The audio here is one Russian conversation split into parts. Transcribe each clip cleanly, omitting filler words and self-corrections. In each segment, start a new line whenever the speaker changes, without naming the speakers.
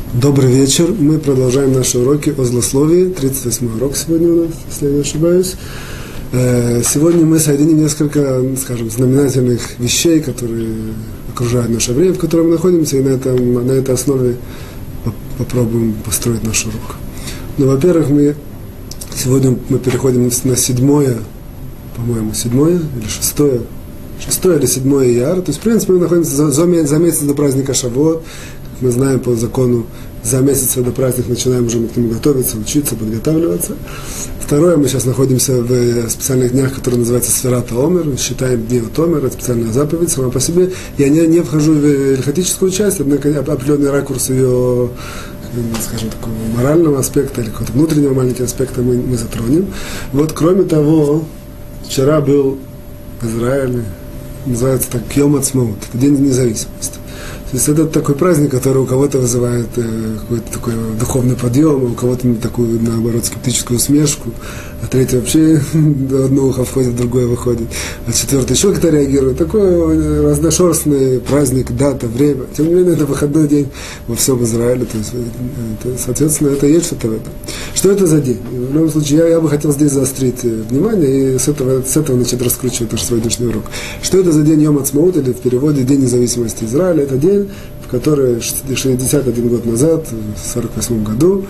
Добрый вечер. Мы продолжаем наши уроки о злословии. 38-й урок сегодня у нас, если я не ошибаюсь. Сегодня мы соединим несколько, скажем, знаменательных вещей, которые окружают наше время, в котором мы находимся, и на этой основе попробуем построить наш урок. Ну, во-первых, сегодня мы переходим на седьмое, по-моему, седьмое или шестое или седьмое Ияр. То есть, в принципе, мы находимся за месяц до праздника Шавуот. Мы знаем по закону, за месяц до праздника начинаем уже к нему готовиться, учиться, подготавливаться. Второе, мы сейчас находимся в специальных днях, которые называются Сферат Омер, считаем дни от Омер, это специальная заповедь сама по себе. Я не вхожу в ильхатическую часть, однако определенный ракурс ее, скажем, такого морального аспекта или какого-то внутреннего маленького аспекта мы затронем. Вот, кроме того, вчера был в Израиле, называется так Йом Ацмаут, это День независимости. То есть это такой праздник, который у кого-то вызывает какой-то такой духовный подъем, у кого-то такую, наоборот, скептическую усмешку, а третий вообще до одного уха входит, другое выходит, а четвертый еще как-то реагирует. Такой разношерстный праздник, дата, время. Тем не менее, это выходной день во всем Израиле, то есть, соответственно, это есть что-то в этом. Что это за день? В любом случае, я бы хотел здесь заострить внимание и с этого начать раскручивать наш сегодняшний урок. Что это за день Йом Ацмаут, или в переводе День независимости Израиля? Это день, в который 61 год назад, в 1948 году,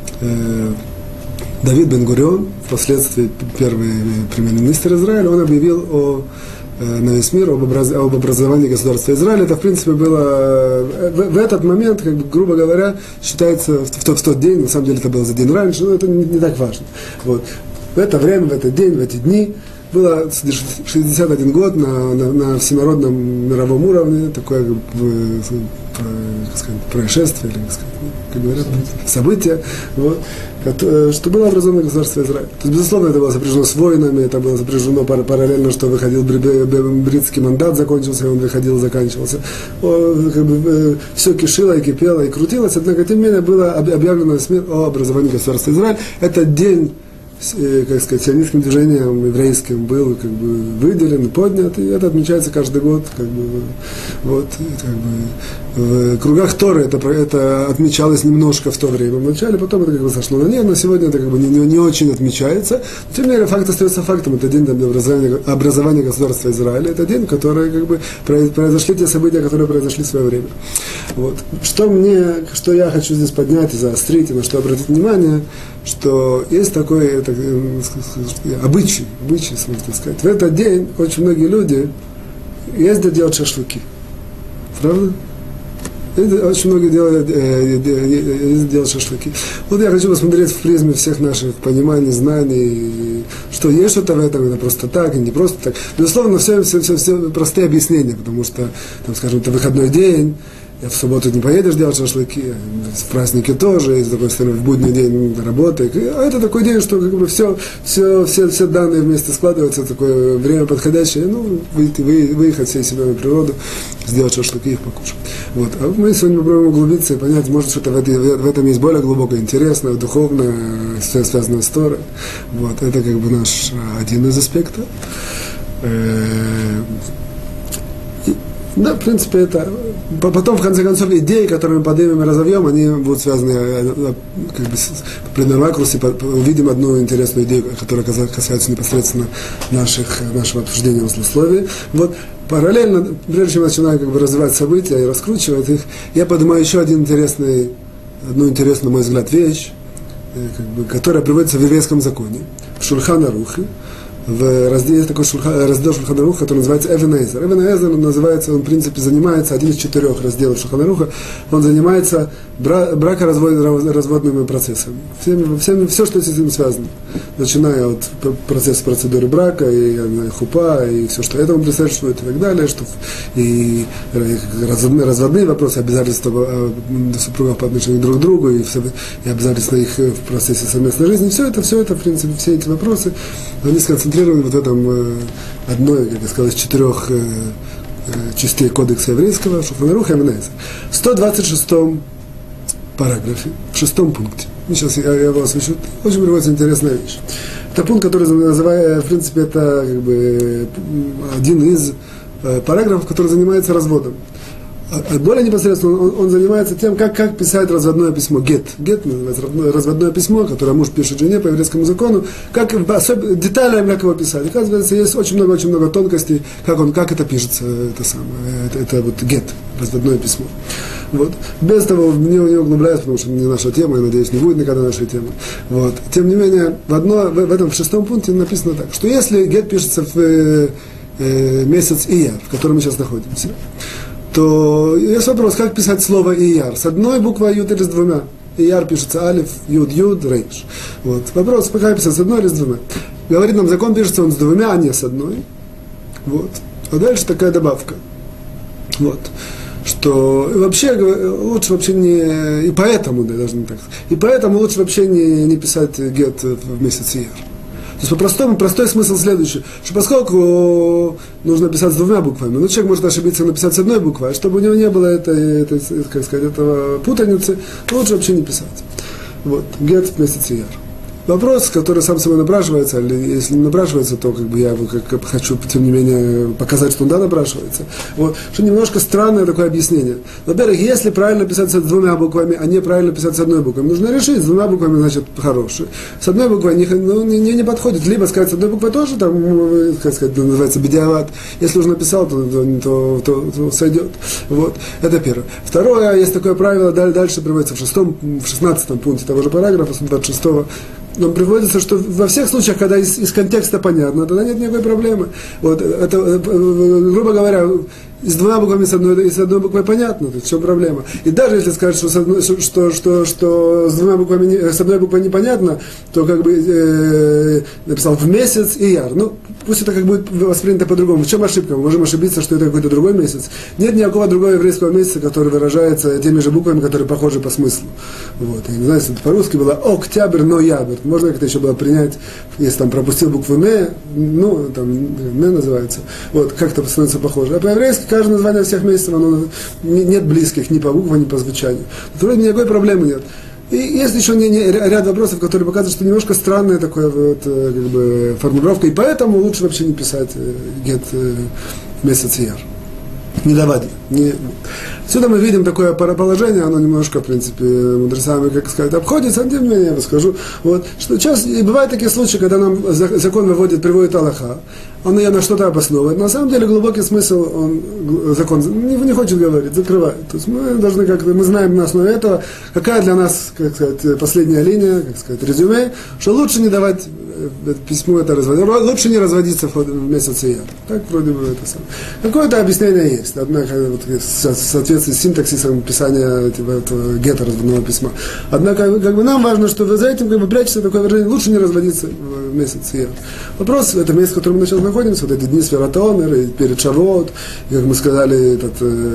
Давид Бен-Гурион, впоследствии первый премьер-министр Израиля, он объявил на весь мир об образовании государства Израиля. Это, в принципе, было в этот момент, как бы, грубо говоря, считается в тот день, на самом деле это было за день раньше, но это не так важно. Вот. В это время, в этот день, в эти дни было 61 год на всенародном мировом уровне такое, как сказать, происшествие, или, как говорят, событие, вот, что было образовано государство Израиль. То есть, безусловно, это было сопряжено с войнами, это было сопряжено параллельно, что выходил бритский мандат, закончился, и он выходил, заканчивался. Все кишило и кипело и крутилось, однако, тем не менее, было объявлено о образовании государства Израиль. Этот день, как сказать, сионистским движением еврейским был как бы выделен, поднят, и это отмечается каждый год, как бы, вот, как бы, в кругах Торы это отмечалось немножко в то время в начале, потом это как бы сошло на нет, но сегодня это как бы не очень отмечается. Тем не менее, факт остается фактом, это день образования государства Израиля, это день, в который как бы произошли те события, которые произошли в свое время. Вот. Что я хочу здесь поднять и заострить, и на что обратить внимание, что есть такой обычай, можно сказать. В этот день очень многие люди ездят делать шашлыки. Правда? Очень многие ездят делать шашлыки. Вот я хочу посмотреть в призме всех наших пониманий, знаний, что есть что-то в этом, это просто так, и не просто так. Безусловно, все простые объяснения, потому что, там, скажем, это выходной день, в субботу не поедешь делать шашлыки, в праздники тоже, и с другой стороны в будний день работы. А это такой день, что как бы все данные вместе складываются, такое время подходящее, выехать всей себя на природу, сделать шашлыки и их покушать. Вот. А мы сегодня попробуем углубиться и понять, может, что-то в этом есть более глубокое, интересное, духовное, связанное с Торой. Вот. Это как бы наш один из аспектов. Да, в принципе, это... Потом, в конце концов, идеи, которые мы поднимем и разовьем, они будут связаны как бы с определенным ракурсе. Увидим одну интересную идею, которая касается непосредственно нашего обсуждения о злословии. Вот, параллельно, прежде чем я начинаю как бы развивать события и раскручивать их, я поднимаю еще одну интересную, на мой взгляд, вещь, как бы, которая приводится в еврейском законе, в Шульхан Арухе. В разделе есть такой раздел Шульхан Аруха, который называется Эвен Эзер. Эвен Эзер называется, он в принципе занимается, один из 4 разделов Шульхан Аруха, он занимается бракоразводными процессами. Все, что с этим связано. Начиная от процедуры брака, и хупа, и все, что этому присутствует, и так далее, что и разводные вопросы, обязательства супругов по отношению друг к другу, и обязательства их в процессе совместной жизни. Все это, в принципе, все эти вопросы, они сконцентрированы вот в этом одной, как я сказал, из 4 частей кодекса еврейского, Шульхан Арух Эвен Эзер. В 126 параграфе, в 6 пункте. Сейчас я его освещу. Очень приводится интересная вещь. Это пункт, который называю, в принципе, это как бы один из параграфов, который занимается разводом. более непосредственно он занимается тем, как писать разводное письмо. Гет называется разводное письмо, которое муж пишет жене по еврейскому закону, как детали, как его писать. Оказывается, есть очень много тонкостей, как это пишется, это вот гет, разводное письмо. Вот. Без того, не углубляюсь, потому что не наша тема, я надеюсь, не будет никогда нашей темы. Вот. Тем не менее, в шестом пункте написано так, что если гет пишется в месяц Ияр, в котором мы сейчас находимся, то есть вопрос, как писать слово Ияр? С одной буквой Юд или с двумя? Ияр пишется алиф, Юд, Рейш. Вот. Вопрос, как писать, с одной или с двумя? Говорит нам, закон пишется он с двумя, а не с одной. Вот. А дальше такая добавка. Вот. Что вообще лучше вообще не... И поэтому, да, даже не так сказать. И поэтому лучше вообще не писать гет в месяц Ияр. То есть по-простому, простой смысл следующий, что поскольку нужно писать с двумя буквами, но человек может ошибиться написать с одной буквой, чтобы у него не было этого путаницы, лучше вообще не писать. Вот, гет в месяц Ияр. Вопрос, который сам собой напрашивается, или если не напрашивается, то я хочу, тем не менее, показать, что он да напрашивается. Вот, что немножко странное такое объяснение. Во-первых, если правильно писать с двумя буквами, а неправильно писать с одной буквой, нужно решить, с двумя буквами, значит, хороший. С одной буквой не подходит. Либо сказать с одной буквой тоже, там, как сказать, называется бедиават. Если уже написал, то сойдет. Вот, это первое. Второе, есть такое правило, дальше приводится в 16 пункте того же параграфа, 26-го. Нам приводится, что во всех случаях, когда из контекста понятно, тогда нет никакой проблемы. Вот, это, грубо говоря, с двумя буквами, с одной буквой понятно, то есть в чем проблема. И даже если сказать, что с двумя буквами, с одной буквой непонятно, то как бы написал в месяц Ияр. Ну, пусть это как будет воспринято по-другому. В чем ошибка? Мы можем ошибиться, что это какой-то другой месяц. Нет никакого другого еврейского месяца, который выражается теми же буквами, которые похожи по смыслу. Вот. Я не знаю, если это по-русски было октябрь, ноябрь. Можно как-то еще было принять, если там пропустил букву «не», ну, там «не» называется. Вот, как-то становится похоже. А по-еврейски каждое название всех месяцев, оно нет близких ни по буквам, ни по звучанию. Тут вроде никакой проблемы нет. И есть еще ряд вопросов, которые показывают, что немножко странная такая вот, как бы, формулировка, и поэтому лучше вообще не писать гет месяц Ияр. Не давать. Отсюда мы видим такое положение, оно немножко, в принципе, мудрецами, как сказать, обходится, тем не менее я расскажу. Вот, что сейчас и бывают такие случаи, когда нам закон приводит Аллаха, он ее на что-то обосновывает. На самом деле глубокий смысл закон не хочет говорить, закрывает. То есть мы должны как-то, мы знаем на основе этого, какая для нас, как сказать, последняя линия, как сказать, резюме, что лучше не давать письмо это разводить, лучше не разводиться в месяц Ияр. Так вроде бы это самое. Какое-то объяснение есть, однако вот, в соответствии с синтаксисом писания этого гета разводного письма. Однако как бы нам важно, что за этим как бы прячется такое выражение, лучше не разводиться в месяц Ияр. Вопрос, это место, в котором мы сейчас находимся, вот эти дни Сферат ха-Омер, и перед Шавуот, и, как мы сказали, этот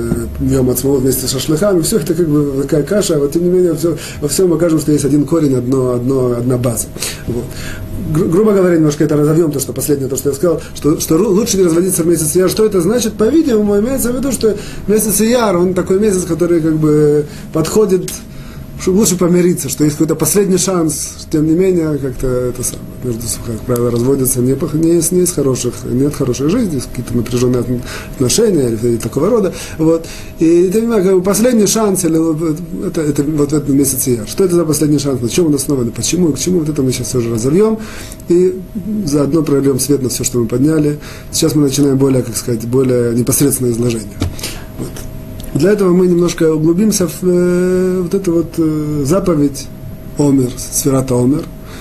Йом Ацмаут вместе с шашлыками, все это как бы такая каша, а вот тем не менее во всем мы окажем, что есть один корень, одна база. Вот. Грубо говоря, немножко это разовьем, то, что последнее, то, что я сказал, что лучше не разводиться в месяц Ияр. Что это значит? По-видимому, имеется в виду, что месяц Ияр, он такой месяц, который как бы подходит, чтобы лучше помириться, что есть какой-то последний шанс, тем не менее, как-то это самое, между, как правило, разводятся не из хороших, нет хорошей жизни, какие-то напряженные отношения или такого рода, вот, и тем не менее, как бы последний шанс, или это вот этот месяц Ияр. Что это за последний шанс, на чем он основан, почему и к чему, вот это мы сейчас тоже разовьем, и заодно прольем свет на все, что мы подняли. Сейчас мы начинаем более непосредственное изложение. Вот. Для этого мы немножко углубимся в вот эту вот заповедь Омер, Сферат ха-Омер,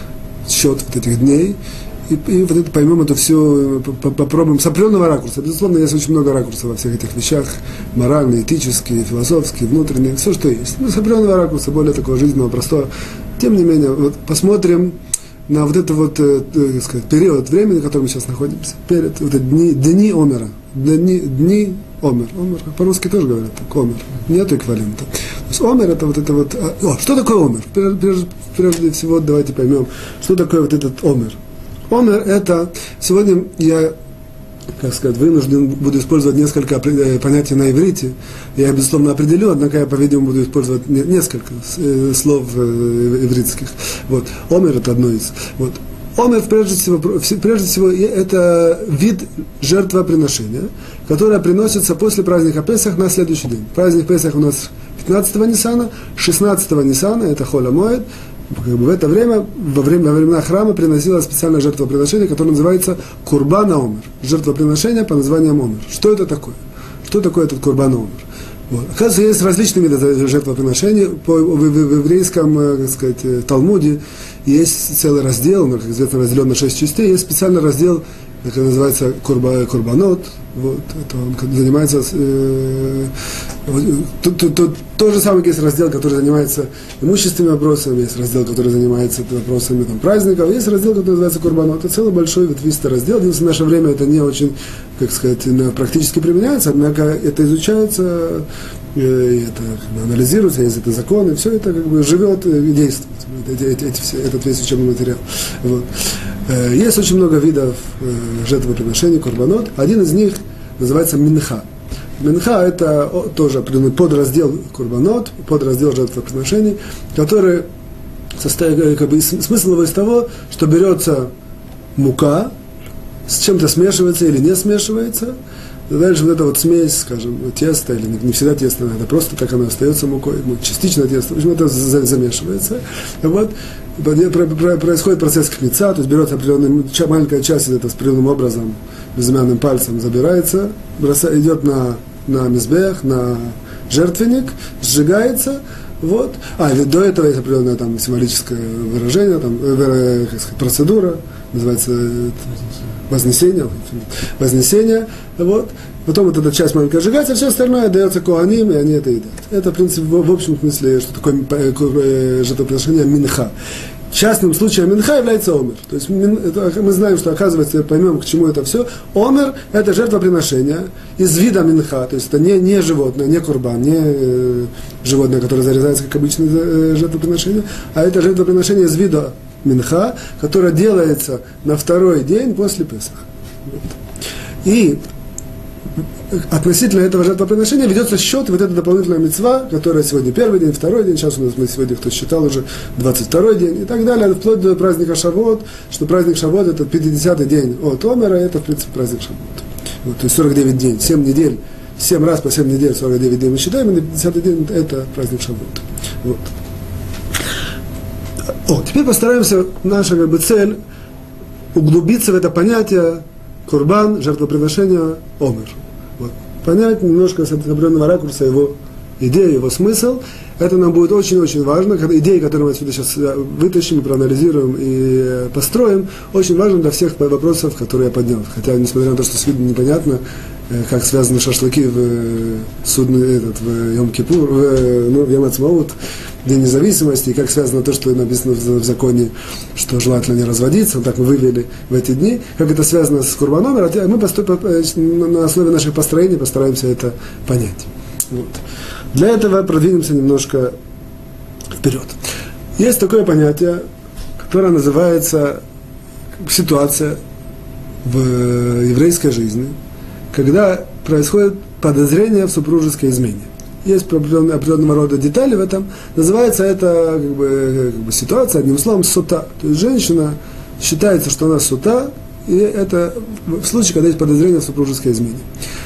счет вот этих дней, и вот это поймем это все, попробуем с определенного ракурса. Безусловно, есть очень много ракурсов во всех этих вещах, моральные, этические, философские, внутренние, все, что есть. Но с определенного ракурса, более такого жизненного, простого. Тем не менее, вот посмотрим на вот этот вот, так сказать, период времени, в котором мы сейчас находимся, перед вот дни Омера, дни Омер. Омер, по-русски тоже говорят так, Омер. Нету эквивалента. То есть Омер это вот это вот... что такое Омер? Прежде всего давайте поймем, что такое вот этот Омер. Омер это... Сегодня я, как сказать, вынужден буду использовать несколько понятий на иврите. Я, безусловно, определю, однако я, по-видимому, буду использовать несколько слов ивритских. Вот. Омер это одно из... Вот. Омер, прежде всего, это вид жертвоприношения, которое приносится после праздника Песах на следующий день. Праздник Песах у нас 15-го Ниссана, 16-го Ниссана, это Холь ха-Моэд. В это время, во времена храма, приносилось специальное жертвоприношение, которое называется Курбан ха-Омер. Жертвоприношение по названием Омер. Что это такое? Что такое этот Курбан ха-Омер? Вот. Оказывается, есть различные виды жертвоприношений. В еврейском, как сказать, Талмуде есть целый раздел, как известно, разделен на 6 частей. Есть специальный раздел, который называется Курбанот. Вот. Это он занимается... То же самое есть раздел, который занимается имущественными вопросами, есть раздел, который занимается вопросами праздников, есть раздел, который называется Курбанот. Это целый большой ветвистый раздел. В наше время это не очень, как сказать, практически применяется, однако это изучается, это анализируется, есть это законы, все это как бы живет и действует, этот весь учебный материал. Вот. Есть очень много видов жертвоприношений, Курбанот. Один из них называется Минха. Минха – это тоже определенный подраздел Курбанот, подраздел жертвоприношений, который состоит, как бы, смысл его из того, что берется мука, с чем-то смешивается или не смешивается, и дальше вот эта вот смесь, скажем, теста, или не всегда тесто, это просто так оно остается мукой, частично тесто, в общем, это замешивается. Вот. Происходит процесс кмица, то есть берется маленькая часть этого с определенным образом, безымянным пальцем забирается, идет на мизбех, на жертвенник, сжигается, вот. До этого есть определенное там символическое выражение, там, как сказать, процедура, называется вознесение, вот. Потом вот эта часть маленькая сжигается, а все остальное дается коаним, и они это едят. Это, в принципе, в общем смысле, что такое жертвоприношение минха. Частным случаем минха является омер. То есть мы знаем, что, оказывается, поймем, к чему это все. Омер – это жертвоприношение из вида минха, то есть это не животное, не курбан, не животное, которое зарезается, как обычное жертвоприношение, а это жертвоприношение из вида минха, которое делается на второй день после Песаха. И относительно этого жертвоприношения ведется счет, вот эта дополнительная мицва, которая сегодня первый день, второй день, сейчас у нас мы сегодня, кто считал, уже 22-й день и так далее, вплоть до праздника Шавуот, что праздник Шавуот это 50-й день от Омера, это в принципе праздник Шавуот. Вот, то есть 49 дней, 7 недель, 7 раз по 7 недель, 49 дней мы считаем, и 50-й день это праздник Шавуот. Вот. Теперь постараемся, наша как бы цель, углубиться в это понятие курбан, жертвоприношение, омер. Вот. Понять немножко с определенного ракурса его идею, его смысл. Это нам будет очень-очень важно. Идеи, которые мы отсюда сейчас вытащим, проанализируем и построим, очень важно для всех вопросов, которые я поднял. Хотя, несмотря на то, что с виду непонятно, как связаны шашлыки в Йом-Кипур, в Йом-Ацмаут, День независимости, и как связано то, что написано в законе, что желательно не разводиться, так мы вывели в эти дни, как это связано с Курбаном, а мы на основе наших построений постараемся это понять. Вот. Для этого продвинемся немножко вперед. Есть такое понятие, которое называется ситуация в еврейской жизни, когда происходит подозрение в супружеской измене. Есть определенного рода детали в этом. Называется это как бы ситуация, одним словом, сута. То есть женщина считается, что она сута, и это в случае, когда есть подозрение в супружеской измене.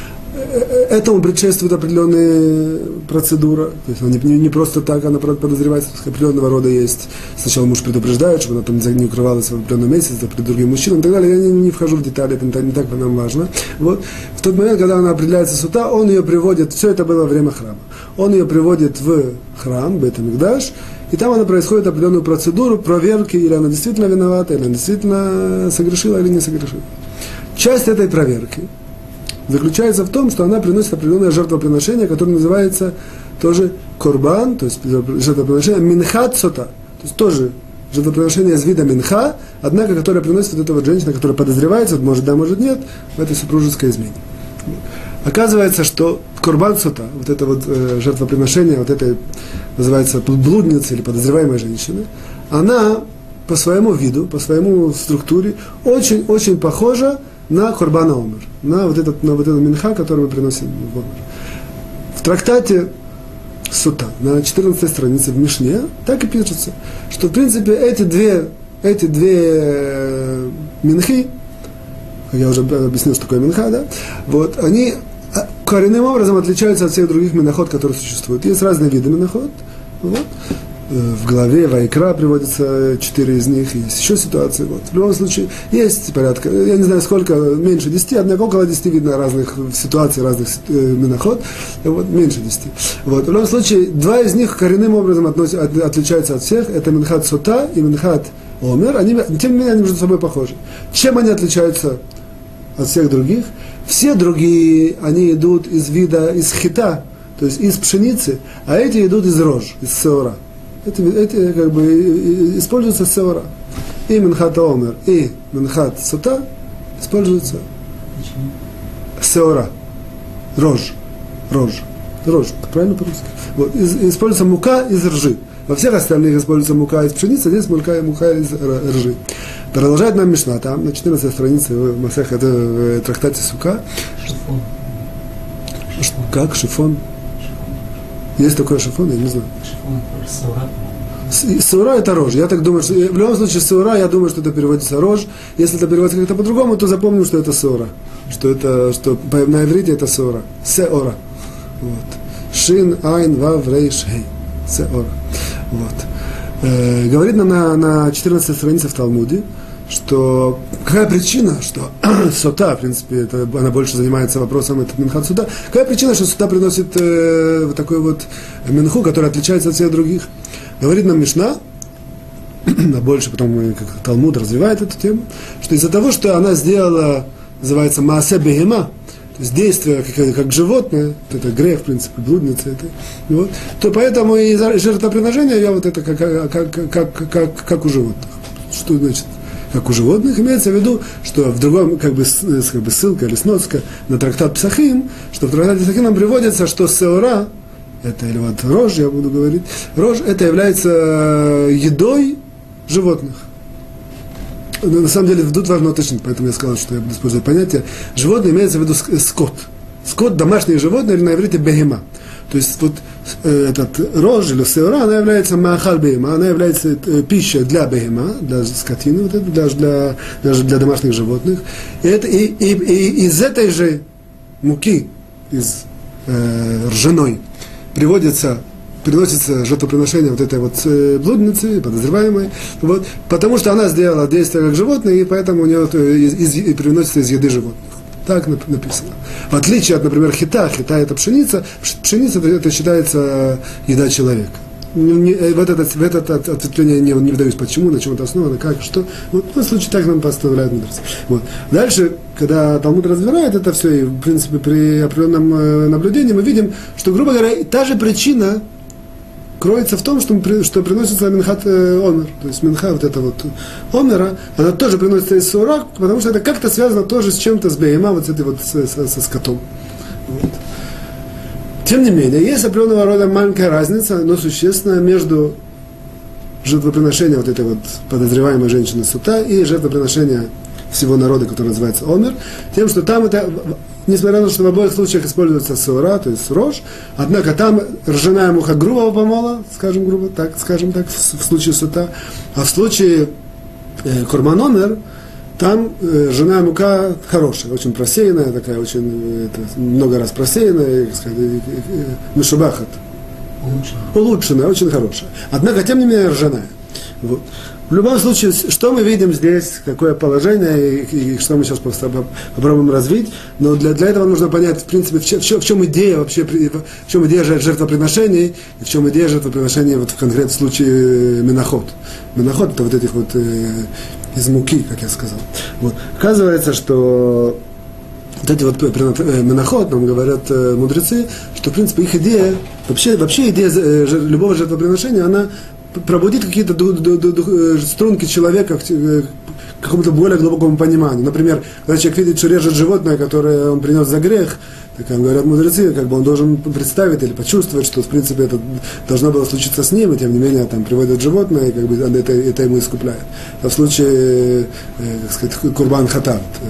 Этому предшествует определенная процедура. То есть она не просто так, она подозревается, определенного рода есть. Сначала муж предупреждает, чтобы она там не укрывалась в определенном месяце перед другим мужчиной и так далее. Я не вхожу в детали, это не так нам важно. Вот. В тот момент, когда она определяется сута, он ее приводит, все это было во время храма, он ее приводит в храм, Бейт-Микдаш, и там она происходит определенную процедуру проверки, или она действительно виновата, или она действительно согрешила, или не согрешила. Часть этой проверки заключается в том, что она приносит определенное жертвоприношение, которое называется тоже корбан, то есть жертвоприношение минхат сота, то есть тоже жертвоприношение из вида минха, однако которое приносит вот эта вот женщина, которая подозревается, может да, может нет, в этой супружеской измене. Оказывается, что корбан сота, вот это вот жертвоприношение, вот этой называется блудницы или подозреваемой женщины, она по своему виду, по своему структуре очень-очень похожа на Корбан ха-Омер, на вот этот минха, который мы приносим в Омер. В трактате Сута, на 14 странице в Мишне, так и пишется, что в принципе эти две эти две минхи, я уже объяснил, что такое минха, да, вот, они коренным образом отличаются от всех других миноход, которые существуют. Есть разные виды миноход, вот. В главе Вайкра приводится 4 из них, есть еще ситуации. Вот. В любом случае, есть порядка, я не знаю сколько, меньше 10, однако около 10 видно разных ситуаций, разных миноход, вот, меньше 10. Вот. В любом случае, 2 из них коренным образом отличаются от всех, это Минхат Сота и Минхат Омер, тем не менее они между собой похожи. Чем они отличаются от всех других? Все другие, они идут из вида, из хита, то есть из пшеницы, а эти идут из рож, из сеора. Эти как бы используются сеора. И Минхат Омер, и Минхат Сота используются сеора. Рож. Правильно по-русски? Вот. Используется мука из ржи. Во всех остальных используется мука из пшеницы, здесь мука из ржи. Продолжает нам Мишна, там на 14 странице в трактате Сука.
Шифон.
Как? Шифон? Есть такой шифон, я не знаю. Саура это рожь. Я так думаю, что в любом случае саура, я думаю, что это переводится рожь. Если это переводится как-то по-другому, то запомним, что это саура. Что на иврите это саура. Сеора. Вот. Шин, айн, вав, рейш, хей. Сеора. Вот. Говорит нам на 14 странице в Талмуде, что какая причина, что сота, в принципе, она больше занимается вопросом этот Минхат Сота, какая причина, что сота приносит вот такой вот минху, который отличается от всех других. Говорит нам Мишна, а больше потом как Талмуд развивает эту тему, что из-за того, что она сделала, называется Маасе Бегема, то есть действие как животное, это грех, в принципе, блудница, это, вот, то поэтому и жертвоприношение ее вот это как у животных. Что значит? Как у животных, имеется в виду, что в другом, как бы ссылка или сноска на трактат Псахим, что в трактате Псахим нам приводится, что сеора, это или вот рожь, я буду говорить, рожь это является едой животных. Но на самом деле тут важно уточнить, поэтому я сказал, что я буду использовать понятие. Животное имеется в виду скот. Скот, домашнее животное, или на иврите бегема. То есть вот этот рожь или сеора, она является маахал бегема, она является пищей для бегема, для скотины, вот это, даже для домашних животных. И из этой же муки, из ржаной, приносится жертвоприношение вот этой вот блудницы, подозреваемой, вот, потому что она сделала действие как животное, и поэтому у нее приносится из еды животных. Так написано. В отличие от, например, хита это пшеница это считается еда человека. В это ответвление не вдаюсь, почему, на чем это основано, как, что. Вот, в этом случае так нам постановляют мудрецы. Вот. Дальше, когда Талмуд разбирает это все, и, в принципе, при определенном наблюдении мы видим, что, грубо говоря, та же причина кроется в том, что приносится Минхат Омер. То есть Минха, вот это вот Омера, она тоже приносится из Сура, потому что это как-то связано тоже с чем-то, с Бейма, вот с этой вот, со скотом. Вот. Тем не менее, есть определенного рода маленькая разница, но существенная между жертвоприношением вот этой вот подозреваемой женщины Сута и жертвоприношением всего народа, который называется Омер, тем, что там это, несмотря на то, что в обоих случаях используется саура, то есть рожь, однако там ржаная мука грубого помола, скажем так, в случае Сута, а в случае Корбан Омер, там ржаная мука хорошая, очень просеянная, такая очень, много раз просеянная, мешубахат, улучшенная, очень хорошая. Однако, тем не менее, ржаная. Вот. В любом случае, что мы видим здесь, какое положение, и что мы сейчас попробуем развить, но для этого нужно понять, в принципе, в чем идея вообще, в чем идея жертвоприношений, и в чем идея жертвоприношений вот в конкретном случае миноход. Миноход это вот этих вот из муки, как я сказал. Вот. Оказывается, что вот эти вот миноход, нам говорят мудрецы, что, в принципе, их идея, вообще идея любого жертвоприношения, она пробудит какие-то струнки человека к какому-то более глубокому пониманию. Например, когда человек видит, что режет животное, которое он принес за грех, так говорят мудрецы, как бы он должен представить или почувствовать, что в принципе это должно было случиться с ним, и тем не менее там приводят животное, и как бы это ему искупляет. А в случае, как сказать, курбан хатат,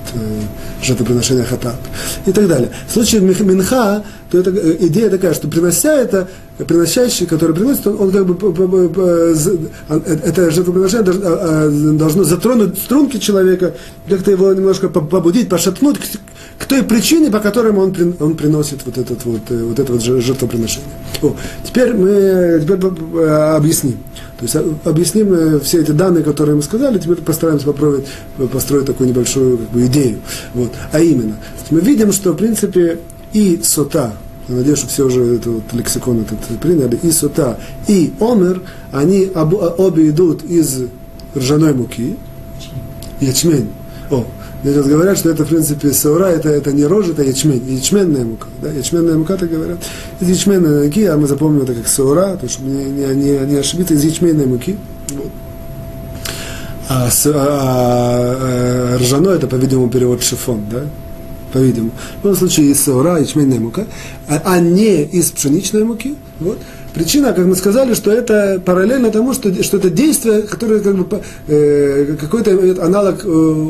жертвоприношения хатат и так далее. В случае минха, то это идея такая, что приносящий, который приносит, он как бы это жертвоприношение должно затронуть струнки человека, как-то его немножко побудить, пошатнуть к той причине, по которой он приносит вот это жертвоприношение. Теперь мы объясним. То есть объясним все эти данные, которые мы сказали, теперь постараемся попробовать построить такую небольшую как бы, идею. Вот. А именно, мы видим, что в принципе и сота, я надеюсь, что все уже этот лексикон этот приняли, и сота, и омер, они обе идут из ржаной муки, ячмень. Мне сейчас говорят, что это, в принципе, саура, это не рожь, это ячмень, ячменная мука. Да? Ячменная мука, так говорят. Из ячменной муки, а мы запомним это как саура, то, чтобы не ошибиться, из ячменной муки. Вот. А ржаной, это, по-видимому, перевод шифон, да? По-видимому. В любом случае, из саура, ячменная мука, а не из пшеничной муки. Вот. Причина, как мы сказали, что это параллельно тому, что это действие, которое как бы какой-то аналог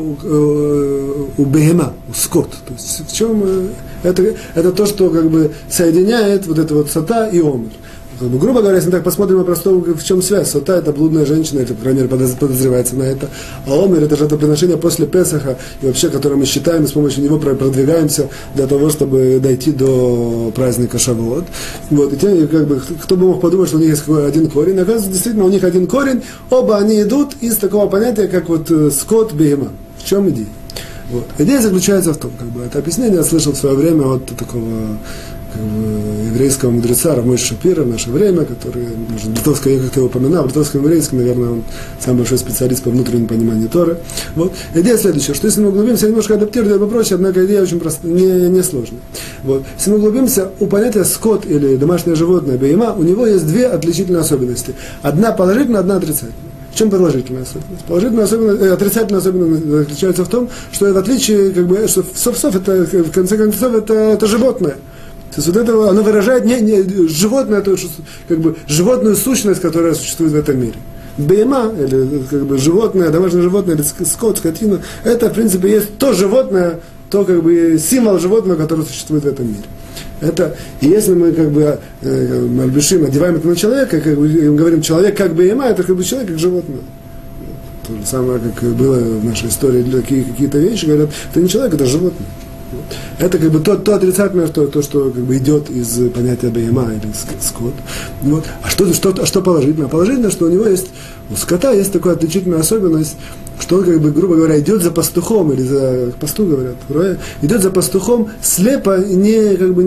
у бегема, у скот. То есть в чем это то, что как бы соединяет вот это вот сота и омер. Грубо говоря, если мы так посмотрим по-простому, в чем связь. Сота – это блудная женщина, это, по крайней мере, подозревается на это. А омер – это жертвоприношение после Песаха, и вообще, которое мы считаем, и с помощью него продвигаемся для того, чтобы дойти до праздника Шавуот. Вот. И тем, как бы, кто бы мог подумать, что у них есть один корень. Оказывается, действительно, у них один корень. Оба они идут из такого понятия, как вот скот, бегема. В чем идея? Вот. Идея заключается в том, как бы, это объяснение я слышал в свое время от такого как бы, еврейского мудреца Рамой Шапира в наше время, который, может, бретовское, я как-то его упоминал, в бретовском еврейском, наверное, он самый большой специалист по внутреннему пониманию Торы. Вот. Идея следующая, что если мы углубимся, немножко адаптируем, попроще, однако идея очень простая, не сложная. Вот. Если мы углубимся, у понятия скот или домашнее животное, бейма, у него есть две отличительные особенности. Одна положительная, одна отрицательная. В чем положительная особенность? Положительная особенность, отрицательная особенность заключается в том, что в отличие, как бы, что сов это, в конце концов, это животное. То есть вот это, оно выражает не животное, то, как бы, животную сущность, которая существует в этом мире. Бейма, или как бы, животное, домашнее животное, или скот, скотина, это, в принципе, есть то животное, то как бы, символ животного, который существует в этом мире. Это, и если мы как бы мальбишим, одеваем это на человека, как бы, говорим человек как бейма, это как бы человек как животное. То же самое, как было в нашей истории, какие-то вещи говорят, это не человек, это животное. Это как бы то отрицательное, то, что как бы идет из понятия бейма или скот. Вот. А что положительное? Положительное, что у скота есть такая отличительная особенность, что он, как бы, грубо говоря, идет за пастухом, или за пастух говорят, идет за пастухом слепо, у него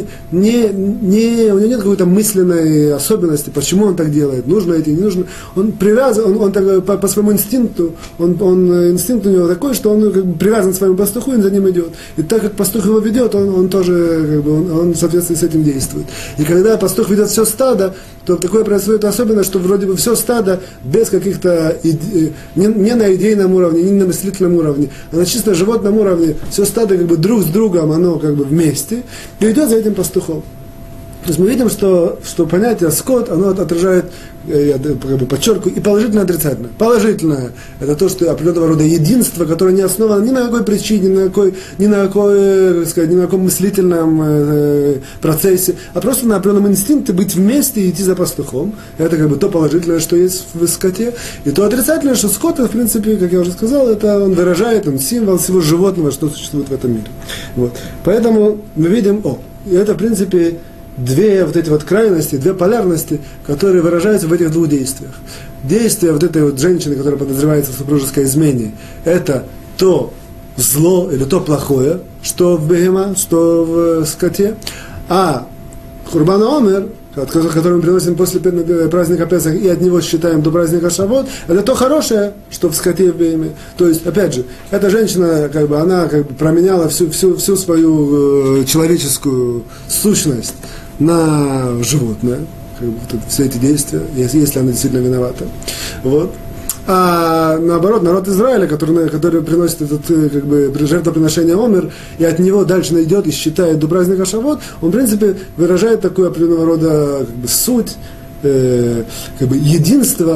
нет какой-то мысленной особенности, почему он так делает, нужно идти, не нужно. Он привязан, он так, по своему инстинкту, инстинкт у него такой, что он как бы привязан к своему пастуху и за ним идет. И так как пастух его ведет, он тоже, как бы, он в соответствии с этим действует. И когда пастух ведет все стадо, то такое происходит особенно, что вроде бы все стадо без каких-то, не на идейном уровне, не на мыслительном уровне, а на чисто животном уровне, все стадо как бы друг с другом, оно как бы вместе, и идет за этим пастухом. То есть мы видим, что понятие скот, оно отражает, я как бы подчеркиваю, и положительное, и отрицательное. Положительное – это то, что определенного рода единство, которое не основано ни на какой причине, ни на каком мыслительном процессе, а просто на определенном инстинкте быть вместе и идти за пастухом. Это как бы то положительное, что есть в скоте. И то отрицательное, что скот, в принципе, как я уже сказал, это он выражает, он символ всего животного, что существует в этом мире. Вот. Поэтому мы видим, это в принципе две вот эти вот крайности, две полярности, которые выражаются в этих двух действиях. Действие вот этой вот женщины, которая подозревается в супружеской измене, это то зло или то плохое, что в бегема, что в скоте, а Хурбан Омер, который мы приносим после праздника Песах и от него считаем до праздника Шавот, это то хорошее, что в скоте и в бегеме. То есть, опять же, эта женщина, как бы, она как бы променяла всю свою человеческую сущность на животное, как бы, все эти действия, если она действительно виновата. Вот. А наоборот, народ Израиля, который приносит этот как бы, жертвоприношение Омер, и от него дальше идет и считает до праздника Шавот, он, в принципе, выражает такую определенного рода как бы, суть, как бы, единство,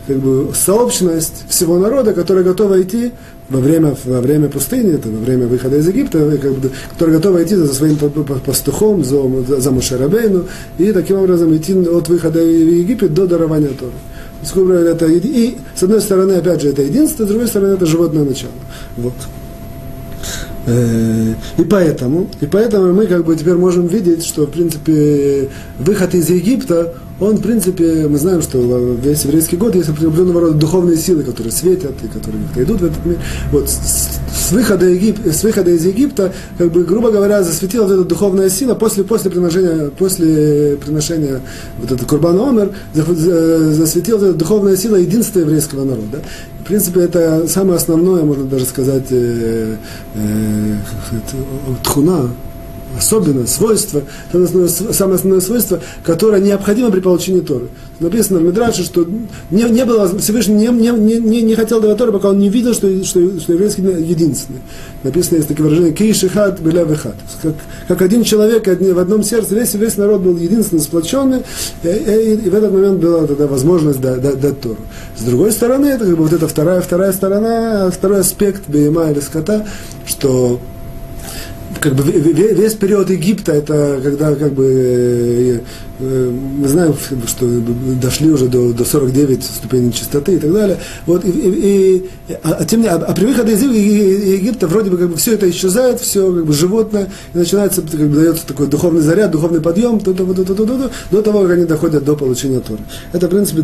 как бы сообщность всего народа, которая готова идти во время пустыни, это во время выхода из Египта, как бы, которая готова идти за своим пастухом, за Моше Рабейну, и таким образом идти от выхода в Египет до дарования Торы. Это, и с одной стороны, опять же, это единство, с другой стороны, это животное начало. Вот. И поэтому мы как бы теперь можем видеть, что в принципе выход из Египта, он в принципе, мы знаем, что весь еврейский год есть определенного рода духовные силы, которые светят и которые идут в этот мир. Вот с выхода из Египта, как бы, грубо говоря, засветила вот эта духовная сила после приношения вот этого Курбана Омер, засветила вот эта духовная сила единства еврейского народа. В принципе, это самое основное, можно даже сказать, тхуна, особенное свойство, самое основное свойство, которое необходимо при получении Торы. Написано в Мидраше, что не было, Всевышний не хотел давать Торы, пока он не видел, что еврейский единственный. Написано, есть такое выражение «Кейшихат беля вехат». Как один человек в одном сердце, весь народ был единственный, сплоченный, и в этот момент была тогда возможность дать Тору. С другой стороны, это как бы вот эта вторая сторона, второй аспект бейма или скота, что как бы весь период Египта, это когда как бы мы знаем, что дошли уже до 49 ступеней чистоты и так далее. Вот, при выходе из Египта вроде бы, как бы все это исчезает, все как бы животное, и начинается, как бы, дается такой духовный заряд, духовный подъем до того, как они доходят до получения Торы. Это, в принципе,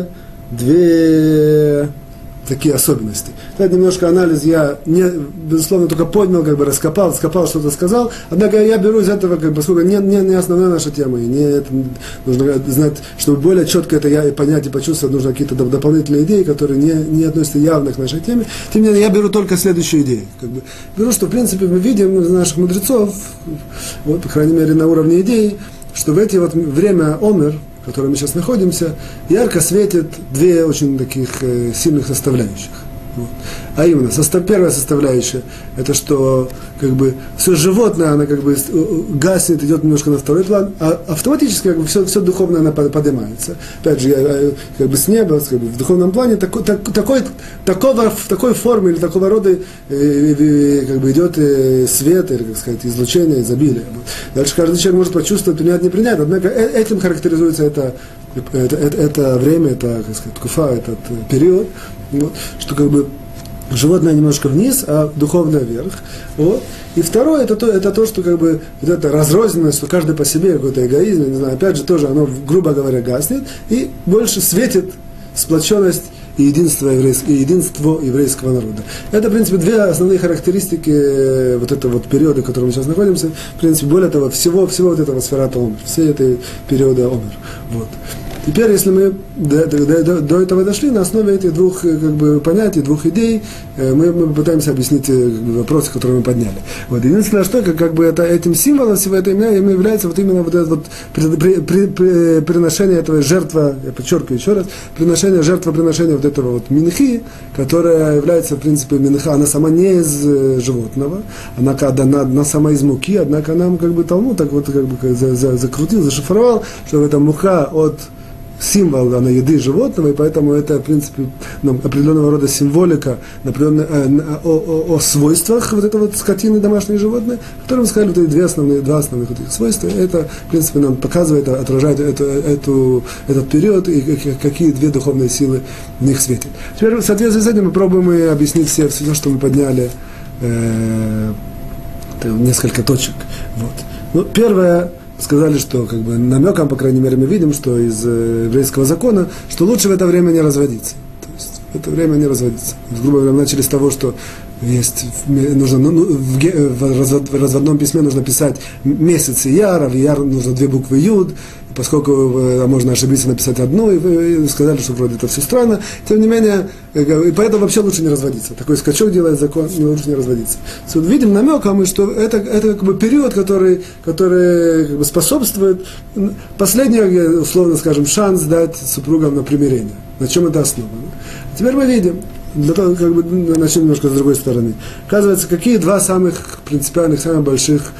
две такие особенности. Это немножко анализ я, безусловно, только поднял, как бы раскопал, что-то сказал, однако я беру из этого, как бы, поскольку не основная наша тема, и это нужно знать, чтобы более четко это я понять и почувствовать, нужно какие-то дополнительные идеи, которые не относятся явно к нашей теме. Тем не менее, я беру только следующую идею. Как бы, беру, что, в принципе, мы видим из наших мудрецов, вот, по крайней мере, на уровне идей, что в эти вот время Омер, в котором мы сейчас находимся, ярко светит две очень таких сильных составляющих. Вот. А именно, первая составляющая, это что как бы все животное, оно как бы гаснет, идет немножко на второй план, а автоматически как бы все духовное оно поднимается. Опять же, как бы с неба, как бы в духовном плане в такой форме или такого рода как бы идет свет, или, как сказать, излучение, изобилие. Дальше каждый человек может почувствовать, принять, не принять, однако этим характеризуется это время, это, как сказать, куфа, этот период, вот, что как бы животное немножко вниз, а духовное вверх. Вот. И второе, это то, что как бы вот эта разрозненность, что каждый по себе какой-то эгоизм, я не знаю, опять же тоже оно, грубо говоря, гаснет, и больше светит сплоченность и единство еврейского народа. Это, в принципе, две основные характеристики вот этого вот периода, в котором мы сейчас находимся. В принципе, более того, всего вот этого сферата Омер, все этой периода Омер. Вот. Теперь, если мы до этого дошли, на основе этих двух как бы, понятий, двух идей, мы пытаемся объяснить вопросы, которые мы подняли. Вот. Единственное, что как бы этим символом всего этого является вот именно вот это вот приношение этого жертва, я подчеркиваю еще раз, жертвоприношения вот этого вот минхи, которая является, в принципе, минха, она сама не из животного, она сама из муки, однако нам как бы Талмуд так вот как бы закрутил, зашифровал, что это мука от символ еды животного, и поэтому это, в принципе, определенного рода символика о свойствах вот этой вот скотины, домашние животные, которые мы сказали, вот эти два основных вот этих свойства. Это, в принципе, нам показывает, отражает этот период и какие две духовные силы в них светят. Теперь, в соответствии с этим, мы пробуем объяснить все, что мы подняли, несколько точек. Вот. Ну, первое, сказали, что как бы намеком, по крайней мере, мы видим, что из еврейского закона, что лучше в это время не разводиться. То есть в это время не разводиться. Грубо говоря, начали с того, что нужно в разводном письме нужно писать месяц Ияр, а в Ияр нужно две буквы Юд, поскольку можно ошибиться, написать одну, и сказали, что вроде это все странно. Тем не менее, и поэтому вообще лучше не разводиться. Такой скачок делает закон, лучше не разводиться. Видим намеком, что это как бы период, который как бы способствует последний, условно скажем, шанс дать супругам на примирение. На чем это основано? Теперь мы видим. Для того, как бы, начнем немножко с другой стороны. Оказывается, какие два самых принципиальных, самых больших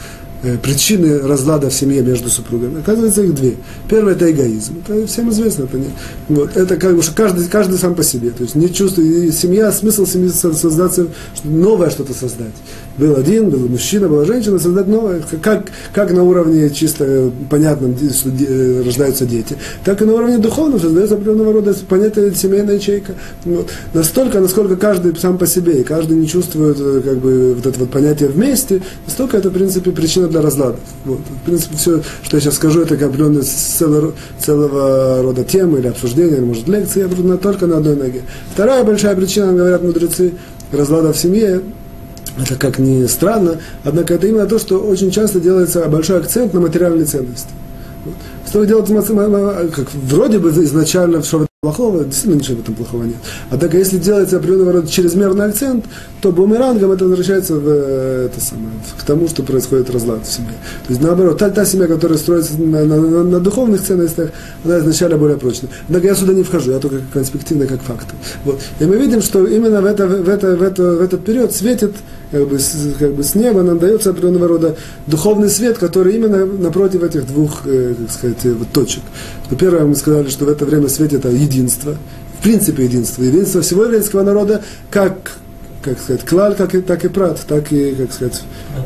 причины разлада в семье между супругами. Оказывается, их две. Первое – это эгоизм. Это всем известно. Это как бы, что каждый сам по себе. То есть не чувствует, семья, смысл семьи создаться, новое что-то создать. Был один, был мужчина, была женщина, создать новое. Как на уровне чисто понятном, что рождаются дети, так и на уровне духовном создается определенного рода понятие семейная ячейка. Вот. Настолько, насколько каждый сам по себе, и каждый не чувствует как бы, вот это вот понятие вместе, настолько это, в принципе, причина для разладов. Вот. В принципе, все, что я сейчас скажу, это как определенная целого рода темы или обсуждения, или, может, лекции, я буду только на одной ноге. Вторая большая причина, говорят мудрецы, разлада в семье, это как ни странно, однако это именно то, что очень часто делается большой акцент на материальные ценности. Вот. Что делать, как вроде бы изначально, что в этом плохого, действительно ничего в этом плохого нет. Однако, если делается определенного рода чрезмерный акцент, то бумерангом это возвращается к тому, что происходит разлад в семье. То есть, наоборот, та семья, которая строится на духовных ценностях, она изначально более прочная. Однако я сюда не вхожу, я только конспективно, как факт. Вот. И мы видим, что именно в этот период светит как бы с неба, нам дается определенного рода духовный свет, который именно напротив этих двух, как сказать, вот точек. Первое, мы сказали, что в это время светит единство, в принципе единство всего еврейского народа, как сказать, клаль, так и прат, так и, как сказать,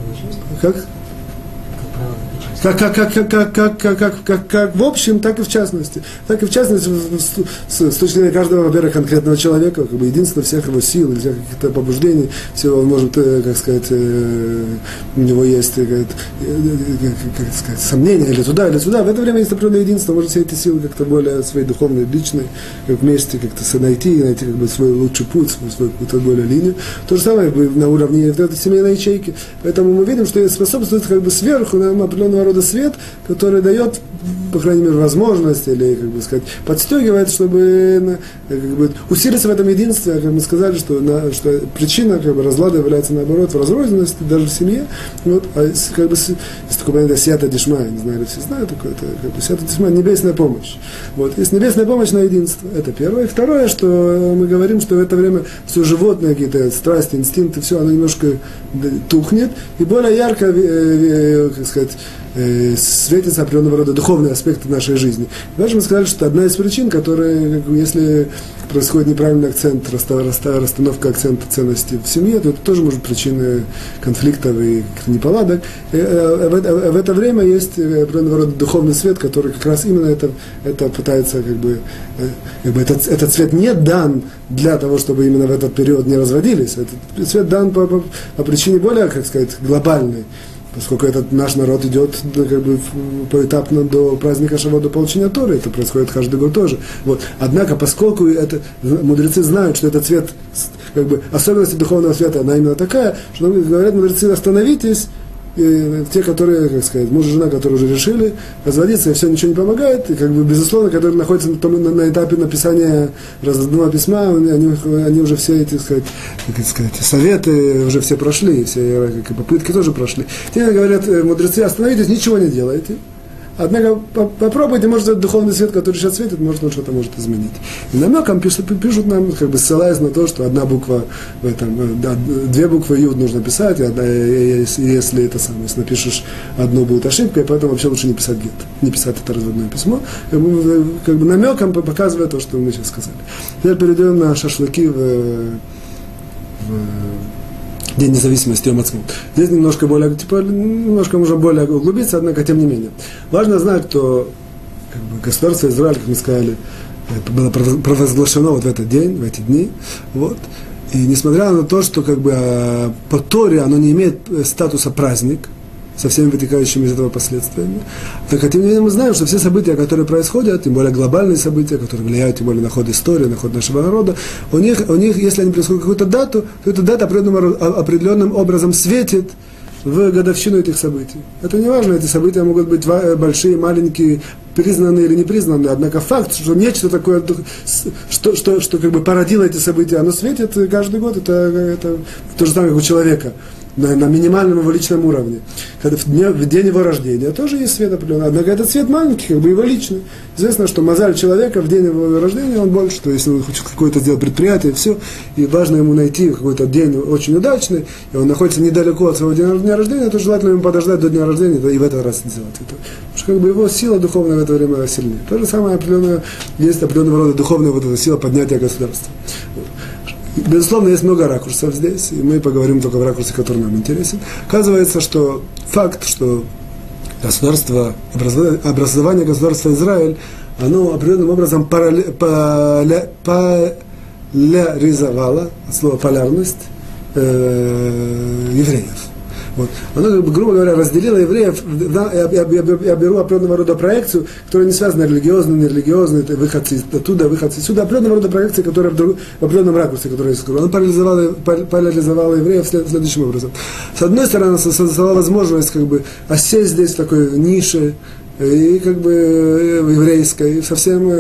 как в общем, так и в частности. Так и в частности, с точки зрения каждого, во-первых, конкретного человека, как бы единство всех его сил, всех каких-то побуждений, всего он может, как сказать, у него есть, как сказать, сомнения или туда, или сюда. В это время есть определенное единство, может все эти силы как-то более свои духовные, личные, как вместе как-то найти как бы свой лучший путь, свою какую-то более линию. То же самое как бы, на уровне этой семейной ячейки. Поэтому мы видим, что способствует как бы сверху нам определенного рода свет, который дает, по крайней мере, возможность или, как бы сказать, подстегивает, чтобы как бы, усилиться в этом единстве. Как мы сказали, что причина как бы, разлада является, наоборот, в разрозненности, даже в семье. Вот, а как бы, есть такое понятие сията дишма, не знаю, все знают такое, это как бы, сията дишма, небесная помощь. Вот, есть небесная помощь на единство. Это первое. И второе, что мы говорим, что в это время все животные, какие-то страсти, инстинкты, все, оно немножко тухнет, и более ярко, как сказать, светятся определенного рода духовные аспекты нашей жизни. Дальше мы сказали, что одна из причин, которая, если происходит неправильный акцент, расстановка акцента ценностей в семье, то это тоже может быть причиной конфликтов и неполадок. В это время есть определенного рода духовный свет, который как раз именно это пытается, этот свет не дан для того, чтобы именно в этот период не разводились. Этот свет дан по причине более, как сказать, глобальной. Поскольку этот наш народ идет как бы, поэтапно до праздника Шавот, до получения Торы, это происходит каждый год тоже. Вот. Однако, поскольку мудрецы знают, что этот цвет, как бы, особенность духовного света, она именно такая, что говорят мудрецы, остановитесь, и те, которые, как сказать, муж и жена, которые уже решили разводиться, и все ничего не помогает, и, как бы, безусловно, которые находятся на этапе написания разного письма, они уже все эти, как сказать, советы уже все прошли, все попытки тоже прошли. Те говорят, мудрецы, остановитесь, ничего не делайте. Однако попробуйте, может, этот духовный свет, который сейчас светит, может, он что-то может изменить. И намеком пишут нам, как бы ссылаясь на то, что одна буква в этом, две буквы Юд нужно писать, и если это самое, если напишешь одну, будет ошибка, и поэтому вообще лучше не писать гет, не писать это разводное письмо. Как бы намеком показывая то, что мы сейчас сказали. Теперь перейдем на шашлыки в День независимости Йом Ацмут. Здесь немножко можно более углубиться, однако тем не менее. Важно знать, что как бы, государство Израиль, как мы сказали, было провозглашено вот в этот день, в эти дни. Вот. И несмотря на то, что как бы, по Торе оно не имеет статуса праздник, со всеми вытекающими из этого последствиями. Так, тем не менее, мы знаем, что все события, которые происходят, тем более глобальные события, которые влияют тем более на ход истории, на ход нашего народа, у них если они происходят в какую-то дату, то эта дата определенным образом светит в годовщину этих событий. Это не важно, эти события могут быть большие, маленькие, признанные или не признанные, однако факт, что нечто такое, что как бы породило эти события, оно светит каждый год, это то же самое, как у человека. на минимальном его личном уровне. Когда в день его рождения тоже есть свет определенный. Однако этот свет маленький, как бы его личный. Известно, что мозаль человека в день его рождения, он больше, то есть он хочет какое-то сделать предприятие, все, и важно ему найти какой-то день очень удачный, и он находится недалеко от своего дня рождения, то желательно ему подождать до дня рождения и в этот раз сделать это. Потому что как бы его сила духовная в это время сильнее. То же самое определенное, есть определенного рода духовная вот эта сила поднятия государства. Безусловно, есть много ракурсов здесь, и мы поговорим только в ракурсе, который нам интересен. Оказывается, что факт, что государство, образование государства Израиль, оно определенным образом поляризовало, от слова полярность, евреев. Вот. Оно, как бы, грубо говоря, разделило евреев, я беру определенного рода проекцию, которая не связана религиозно, нерелигиозно, выходцы оттуда, выходцы сюда, определенного рода проекция, которая в определенном ракурсе, который я скажу. Она поляризовала евреев следующим образом. С одной стороны, создала возможность как бы осесть здесь в такой нише, и как бы еврейской, совсем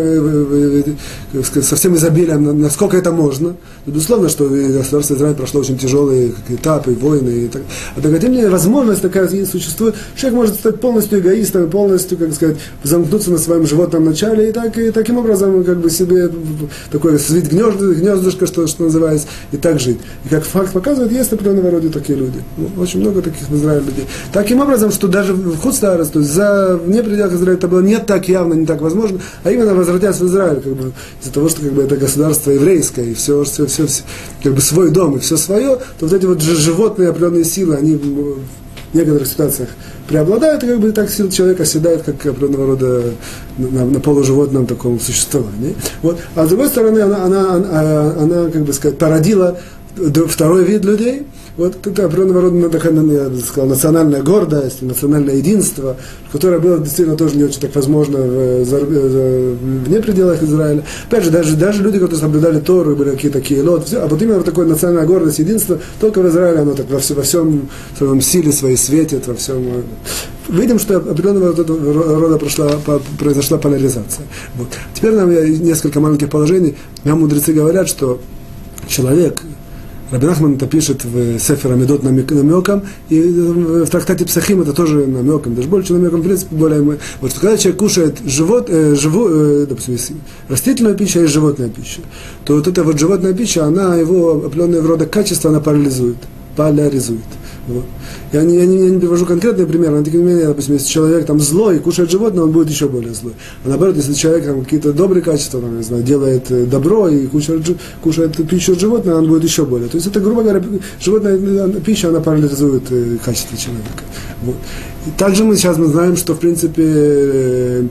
изобилием, насколько это можно. Безусловно, что государство Израиль прошло очень тяжелые этапы, войны и так. Однако, тем не менее, возможность такая существует. Человек может стать полностью эгоистом, полностью, как сказать, замкнуться на своем животном начале и таким образом как бы себе такое свить гнездышко, что называется, и так жить. И как факт показывает, есть определенного рода такие люди. Очень много таких в Израиле людей. Таким образом, что даже в Хуцлаарец, то есть вне пределах Израиля это было не так явно, не так возможно, а именно возвратятся в Израиль, как бы, из-за того, что как бы, это государство еврейское, и все как бы свой дом, и все свое, то вот эти вот животные определенные силы, они в некоторых ситуациях преобладают, и как бы так сила человека оседает, как определенного рода на полуживотном таком существовании. Вот. А с другой стороны, она как бы сказать, породила второй вид людей. Вот это определенного рода, я бы сказал, национальная гордость, национальное единство, которое было действительно тоже не очень так возможно вне пределах Израиля. Опять же, даже люди, которые соблюдали Тору, были какие-то кейлот, все, а вот именно такое национальная гордость, единство, только в Израиле оно так во всем своем силе своей светит, во всем. Видим, что определенного рода произошла поляризация. Вот. Теперь нам несколько маленьких положений. Нам мудрецы говорят, что человек, Раби Нахман это пишет в Сефер Амидот намеком, и в трактате Псахим это тоже намеком, даже больше намеком, в принципе, более. Вот что когда человек кушает допустим, растительную пищу, а есть животная пища, то вот эта вот животная пища, она его определенного рода качества, она поляризует. Вот. Я не привожу конкретный пример, но тем не менее, допустим, если человек там злой и кушает животное, он будет еще более злой. А наоборот, если человек там какие-то добрые качества, там, не знаю, делает добро и кушает пищу животное, он будет еще более. То есть это, грубо говоря, животная пища, она парализует качество человека. Вот. И также мы знаем, что в принципе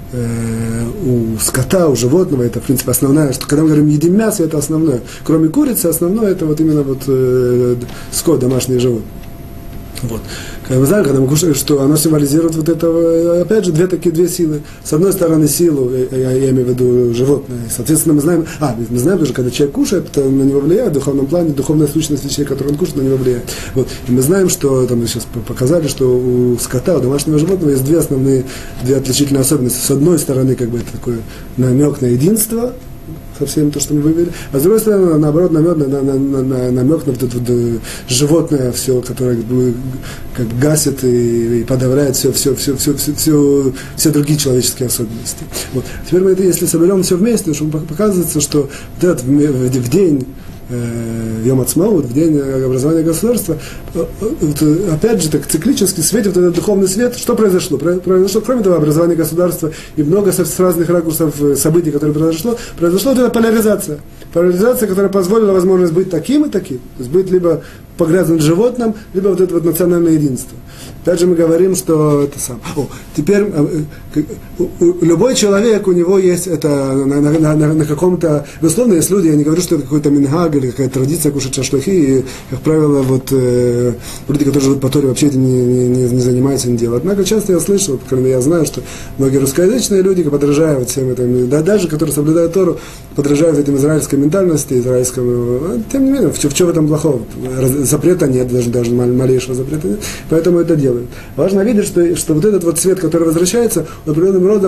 у скота, у животного, это, в принципе, основное, что когда мы говорим едим мясо, это основное. Кроме курицы, основное это вот именно вот скот, домашние животные. Вот. Мы знаем, когда мы кушаем, что оно символизирует вот это, опять же, две силы. С одной стороны, силу, я имею в виду животное. Соответственно, мы знаем тоже, когда человек кушает, это на него влияет в духовном плане, духовная сущность вещей, которые он кушает, на него влияет. Вот. И мы знаем, что, там мы сейчас показали, что у скота, у домашнего животного есть две отличительные особенности. С одной стороны, как бы это такой намек на единство, со всем то, что мы вывели. А с другой стороны, наоборот, намек на вот это вот животное все, которое как гасит и подавляет все другие человеческие особенности. Вот. Теперь мы это, если соберем все вместе, чтобы показывается, что вот этот в день Йом Ацмаут, в день образования государства, опять же, так циклически светит вот этот духовный свет. Что произошло? Произошло, кроме того, образование государства и много с разных ракурсов событий, которые произошло вот эта поляризация. Поляризация, которая позволила возможность быть таким и таким. То есть быть либо погрязнуть животным, либо вот это вот национальное единство. Также мы говорим, что это сам. Теперь любой человек, у него есть это на каком-то. Безусловно, есть люди, я не говорю, что это какой-то мингаг или какая-то традиция кушать шашлыки, и, как правило, вот люди, которые живут по Торе, вообще этим не занимаются, не делают. Однако часто я слышу, кроме я знаю, что многие русскоязычные люди, подражая вот всем этим, даже которые соблюдают Тору, подражают этим израильской ментальности, израильскому. Тем не менее, в чем в этом плохого? Запрета нет, даже малейшего запрета нет, поэтому это делают. Важно видеть, что вот этот вот свет, который возвращается, определенным родом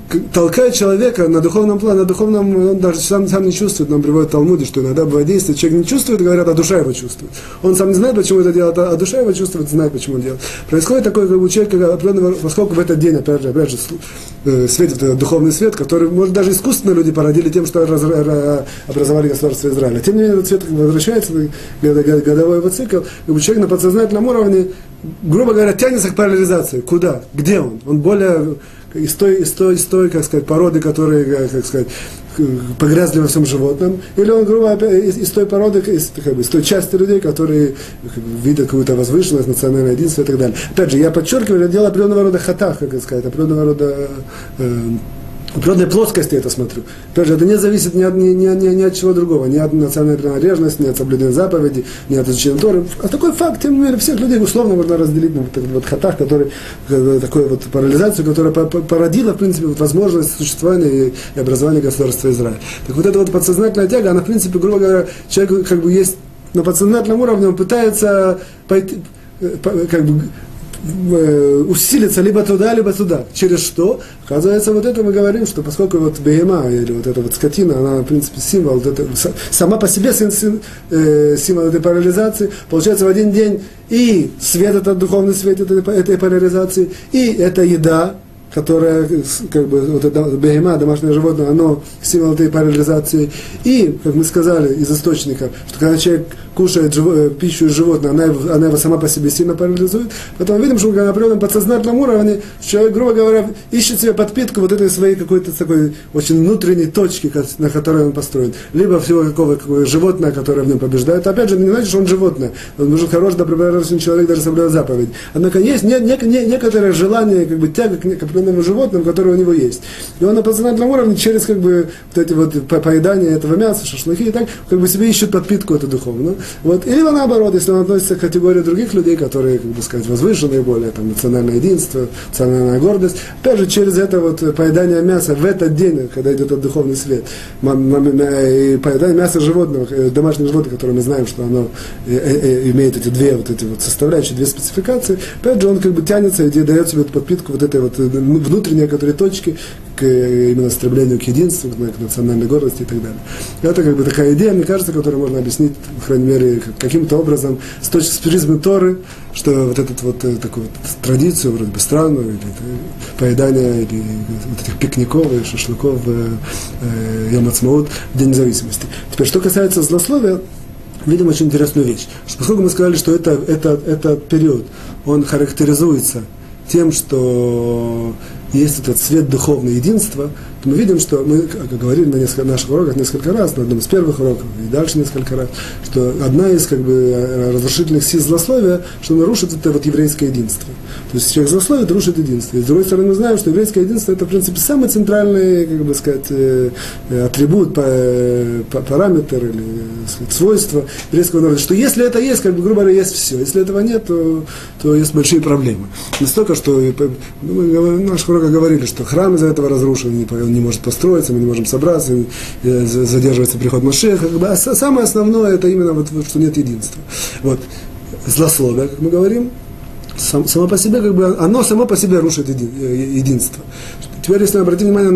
толкает человека на духовном плане, на духовном, он даже сам не чувствует, нам приводит в Талмуде, что иногда бывает действие, человек не чувствует, говорят, а душа его чувствует. Он сам не знает, почему это делает, а душа его чувствует, знает, почему он делает. Происходит такое, как у человека определенного, поскольку в этот день, опять же светит этот духовный свет, который, может, даже искусственно люди породили тем, что образовали государство Израиля. Тем не менее, этот свет возвращается, годовой его цикл, и человек на подсознательном уровне, грубо говоря, тянется к парализации. Куда? Где он? Он более из той, как сказать, породы, которые, как сказать, погрязли во всем животном, или он, грубо говоря, из той породы, из той части людей, которые видят какую-то возвышенность, национальное единство и так далее. Опять же, я подчеркиваю, это дело определенного рода хатах, как сказать, определенного рода природной плоскости это смотрю. Опять же, это не зависит ни от чего другого, ни от национальной принадлежности, ни от соблюдения заповедей, ни от изучения Торы. А такой факт, тем не менее, всех людей условно можно разделить на вот хатах, который, такую вот парализацию, которая породила, в принципе, вот возможность существования и образования государства Израиль. Так вот эта вот подсознательная тяга, она, в принципе, грубо говоря, человек как бы есть на подсознательном уровне, он пытается пойти, как бы, усилиться либо туда. Через что? Оказывается, вот это мы говорим, что поскольку вот бегема, или вот эта вот скотина, она, в принципе, символ, вот это, сама по себе символ этой парализации, получается в один день и свет, этот духовный свет этой парализации, и эта еда, которая, как бы, вот это бегема, домашнее животное, оно символ этой парализации. И, как мы сказали из источника, что когда человек кушает пищу из животного, она его сама по себе сильно парализует. Поэтому видим, что на определенном подсознательном уровне человек, грубо говоря, ищет себе подпитку вот этой своей какой-то такой очень внутренней точки, на которой он построен. Либо всего какое животное, которое в нем побеждает. Опять же, не значит, что он животное. Он нужен хороший, добропорядочный человек, даже соблюдает заповедь. Однако есть некоторое желание, как бы, тяга к определенному животному, которое у него есть. И он на подсознательном уровне через, как бы, вот эти вот поедания этого мяса, шашлыки и так, как бы себе ищет подпитку эту духовную. Вот. Или наоборот, если он относится к категории других людей, которые, как бы сказать, возвышенные более, там, национальное единство, национальная гордость, опять же, через это вот поедание мяса в этот день, когда идет этот духовный свет, и поедание мяса животного, домашних животных, которые мы знаем, что оно имеет эти две вот эти вот составляющие, две спецификации, опять же, он как бы тянется и дает себе подпитку вот этой вот внутренней, которые точки, к именно стремлению к единству, к национальной гордости и так далее. Это как бы такая идея, мне кажется, которую можно объяснить, по крайней мере, каким-то образом с призмы Торы, что вот эту вот такую вот традицию, вроде бы странную, или поедание или вот этих пикников и шашлыков Йом Ацмаут в День независимости. Теперь, что касается злословия, видим очень интересную вещь. Что поскольку мы сказали, что этот период, он характеризуется тем, что есть этот свет духовного единства, то мы видим, что мы, как говорили на наших уроках несколько раз, на одном из первых уроков и дальше несколько раз, что одна из, как бы, разрушительных сил злословия, что нарушит это вот еврейское единство. То есть человек злословит, рушит единство. И с другой стороны, мы знаем, что еврейское единство это, в принципе, самый центральный, как бы сказать, атрибут, параметр или, сказать, свойство еврейского народа. Что если это есть, как бы, грубо говоря, есть все. Если этого нет, то есть большие проблемы. Настолько, что мы в наших уроках говорили, что храм из-за этого разрушен, он не может построиться, мы не можем собраться, задерживается приход Машеха. Как бы, а самое основное это именно вот, что нет единства. Вот. Злословие, как мы говорим, само по себе, как бы, оно само по себе рушит единство. Теперь, если мы обратим внимание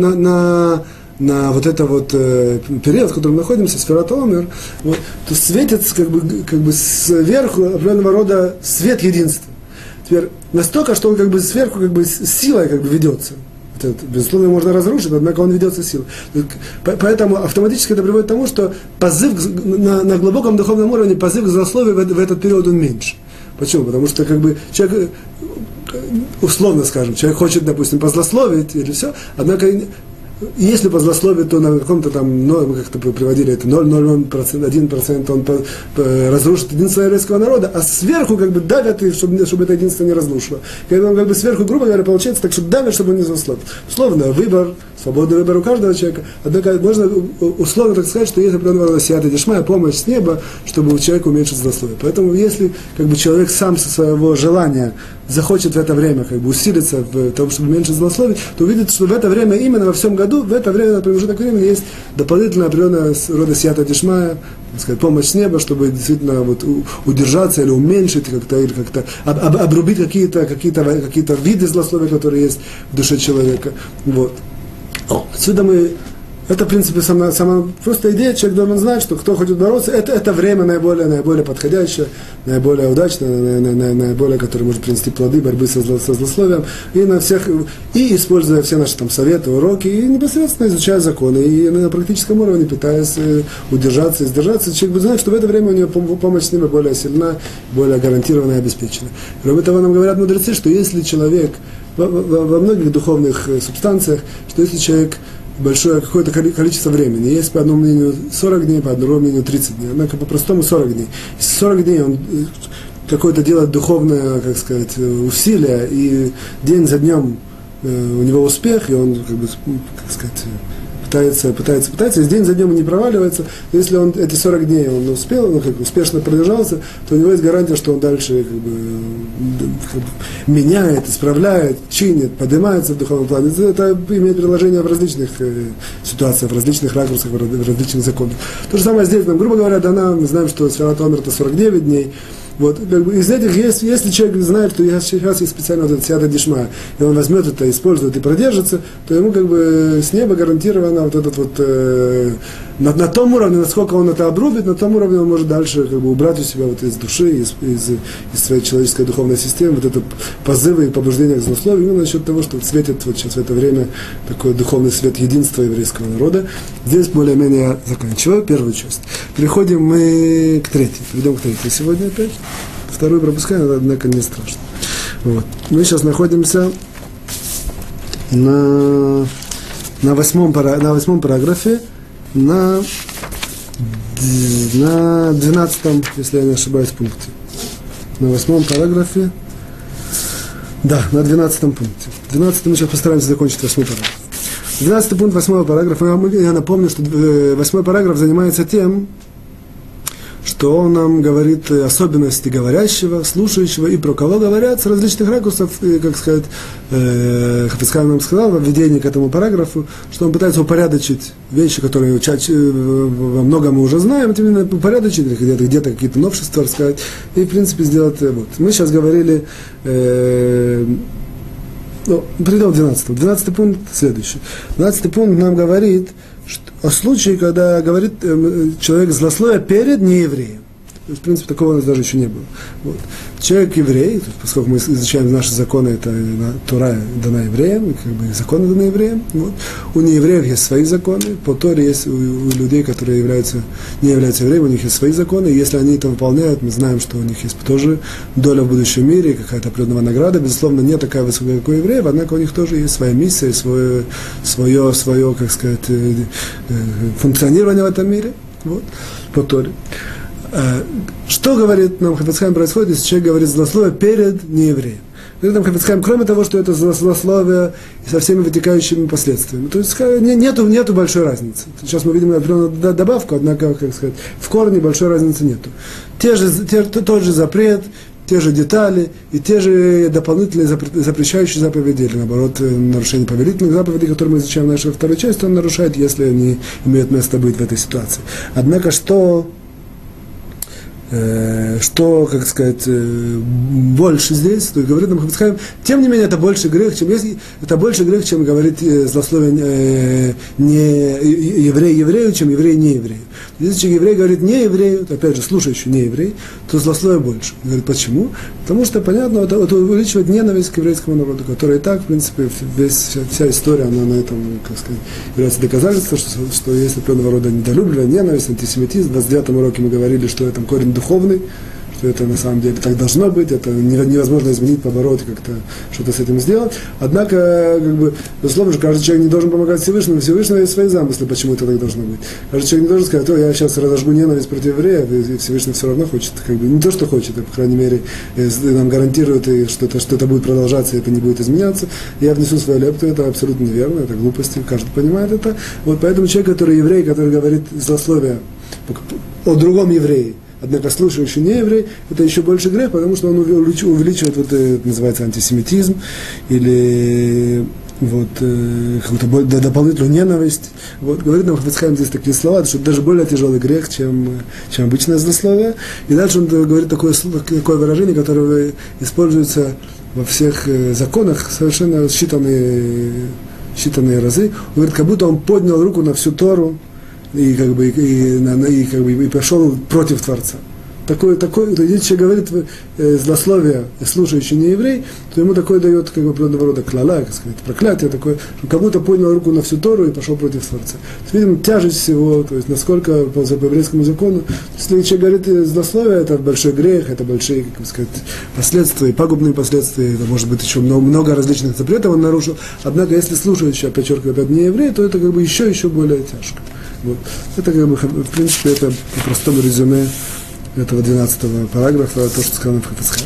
на вот это вот период, в котором мы находимся, Сферат Омер, вот, то светится как бы сверху определенного рода свет единства. Теперь настолько, что он как бы сверху как бы силой как бы ведется. Это, безусловно, можно разрушить, однако он ведется силой. Поэтому автоматически это приводит к тому, что позыв на глубоком духовном уровне, позыв к злословию в этот период он меньше. Почему? Потому что как бы человек, условно скажем, человек хочет, допустим, позлословить или все, однако если позлословит, то на каком-то там, мы как-то приводили это, 0,01%, 1% он разрушит единство еврейского народа, а сверху как бы давят, чтобы это единство не разрушило. Когда он как бы сверху, грубо говоря, получается так, что давят, чтобы он не злословил. Условно, выбор свободный выбор у каждого человека, однако можно условно так сказать, что есть определенного рода сията дишмая, помощь с неба, чтобы у человека уменьшить злословие. Поэтому если человек сам со своего желания захочет в это время усилиться в том, чтобы уменьшить злословие, то увидит, что в это время, именно во всем году, в это время, на промежуток времени, есть дополнительная определенная рода сията дишмая, помощь с неба, чтобы действительно удержаться или уменьшить как-то, или как-то обрубить какие-то виды злословия, которые есть в душе человека. Вот. Отсюда это, в принципе, сама просто идея, человек должен знать, что кто хочет бороться, это время наиболее подходящее, наиболее удачное, наиболее, которое может принести плоды борьбы со злословием, и используя все наши советы, уроки, и непосредственно изучая законы, и на практическом уровне пытаясь удержаться и сдержаться, человек будет знать, что в это время у него помощь с ним более сильна, более гарантированно и обеспечена. Кроме того, нам говорят мудрецы, что если человек во многих духовных субстанциях, что если человек большое какое-то количество времени. Есть по одному мнению 40 дней, по одному мнению 30 дней. Однако по-простому 40 дней. Если 40 дней он какое-то делает духовное, усилие, и день за днем у него успех, и он, пытается, и день за днем не проваливается. Но если он эти 40 дней он успел, успешно продержался, то у него есть гарантия, что он дальше меняет, исправляет, чинит, поднимается в духовном плане. Это имеет приложение в различных ситуациях, в различных ракурсах, в различных законах. То же самое здесь, грубо говоря, мы знаем, что Сфират Омер это 49 дней. Вот, из этих, если человек знает, что сейчас есть специально вот этот сията дишма, и он возьмет это, использует и продержится, то ему с неба гарантировано на том уровне, насколько он это обрубит, на том уровне он может дальше убрать у себя из души, из своей человеческой духовной системы это позывы и побуждения к злословию, именно насчет того, что светит сейчас в это время такой духовный свет единства еврейского народа. Здесь более-менее заканчиваю первую часть. Перейдем к третьей сегодня опять. Вторую пропускаем, однако не страшно. Вот. Мы сейчас находимся на восьмом параграфе, на 12-м, если я не ошибаюсь, пункте. На 8-м параграфе, на 12-м пункте. 12-м мы сейчас постараемся закончить 8-й параграф. 12-й пункт 8-го параграфа, я напомню, что 8-й параграф занимается тем, что он нам говорит особенности говорящего, слушающего, и про кого говорят с различных ракурсов, Хафец Хаим нам сказал во введении к этому параграфу, что он пытается упорядочить вещи, которые во многом мы уже знаем, тем не менее упорядочить, где-то какие-то новшества рассказать, и в принципе сделать. Мы сейчас говорили, перейдем к 12-му. 12-й пункт следующий. 12-й пункт нам говорит о случае, когда говорит человек злословие перед неевреем. В принципе, такого у нас даже еще не было. Вот. Человек еврей, поскольку мы изучаем наши законы, это Тора дана евреям, и законы даны евреям. Вот. У неевреев есть свои законы, по Торе есть у людей, которые не являются евреями, у них есть свои законы, и если они это выполняют, мы знаем, что у них есть тоже доля в будущем мире, какая-то определенная награда, безусловно, не такая высокая, как у евреев, однако у них тоже есть своя миссия, свое функционирование в этом мире, вот, по Торе. Что говорит нам Хафец Хаим происходит, если человек говорит злословие перед неевреем? Говорит нам Хафец Хаим, кроме того, что это злословие со всеми вытекающими последствиями. То есть нету большой разницы. Сейчас мы видим определенную добавку, однако, в корне большой разницы нету. Тот же запрет, те же детали и те же дополнительные запрещающие заповеди, или наоборот, нарушение повелительных заповедей, которые мы изучаем в нашей второй части, он нарушает, если они имеют место быть в этой ситуации. Однако, что больше здесь, то говорит нам Хафец Хаим, тем не менее, это больше грех, чем говорит злословие не еврей еврею, чем еврей не еврею. Если еврей говорит не еврею, то, опять же, слушающий не еврей, то злословие больше. Он говорит, почему? Потому что, понятно, это увеличивает ненависть к еврейскому народу, который и так, в принципе, вся история, она на этом, является доказательством, что есть определенного рода недолюбие, ненависть, антисемитизм. В 29-м уроке мы говорили, что это корень духовный, что это на самом деле так должно быть, это невозможно изменить, побороть, как-то что-то с этим сделать. Однако, безусловно, каждый человек не должен помогать Всевышнему, Всевышнего есть свои замыслы, почему это так должно быть. Каждый человек не должен сказать, я сейчас разожгу ненависть против евреев, и Всевышний все равно хочет, не то, что хочет, а, по крайней мере, нам гарантирует, что это будет продолжаться, и это не будет изменяться. Я внесу свою лепту, это абсолютно неверно, это глупости, каждый понимает это. Вот поэтому человек, который еврей, который говорит злословие о другом еврее, однако слушающий не еврей, это еще больше грех, потому что он увеличивает, это называется антисемитизм, или какую-то дополнительную ненависть. Говорит нам Хафец Хаим здесь такие слова, что это даже более тяжелый грех, чем обычное злословие. И дальше он говорит такое выражение, которое используется во всех законах, совершенно считанные разы. Он говорит, как будто он поднял руку на всю Тору и пошел против Творца. Если человек говорит злословие, слушающий не еврей, то ему такое дает определенного рода клала, проклятие такое, как будто поднял руку на всю Тору и пошел против Творца. Видим тяжесть всего, то есть насколько по еврейскому закону, если человек говорит злословие, это большой грех, это большие, последствия, пагубные последствия, это может быть еще много различных запретов он нарушил. Однако, если слушающий, подчеркивает, это не еврей, то это еще более тяжко. Это в принципе, это по простому резюме этого 12-го параграфа, то, что сказано в Хафец Хаим.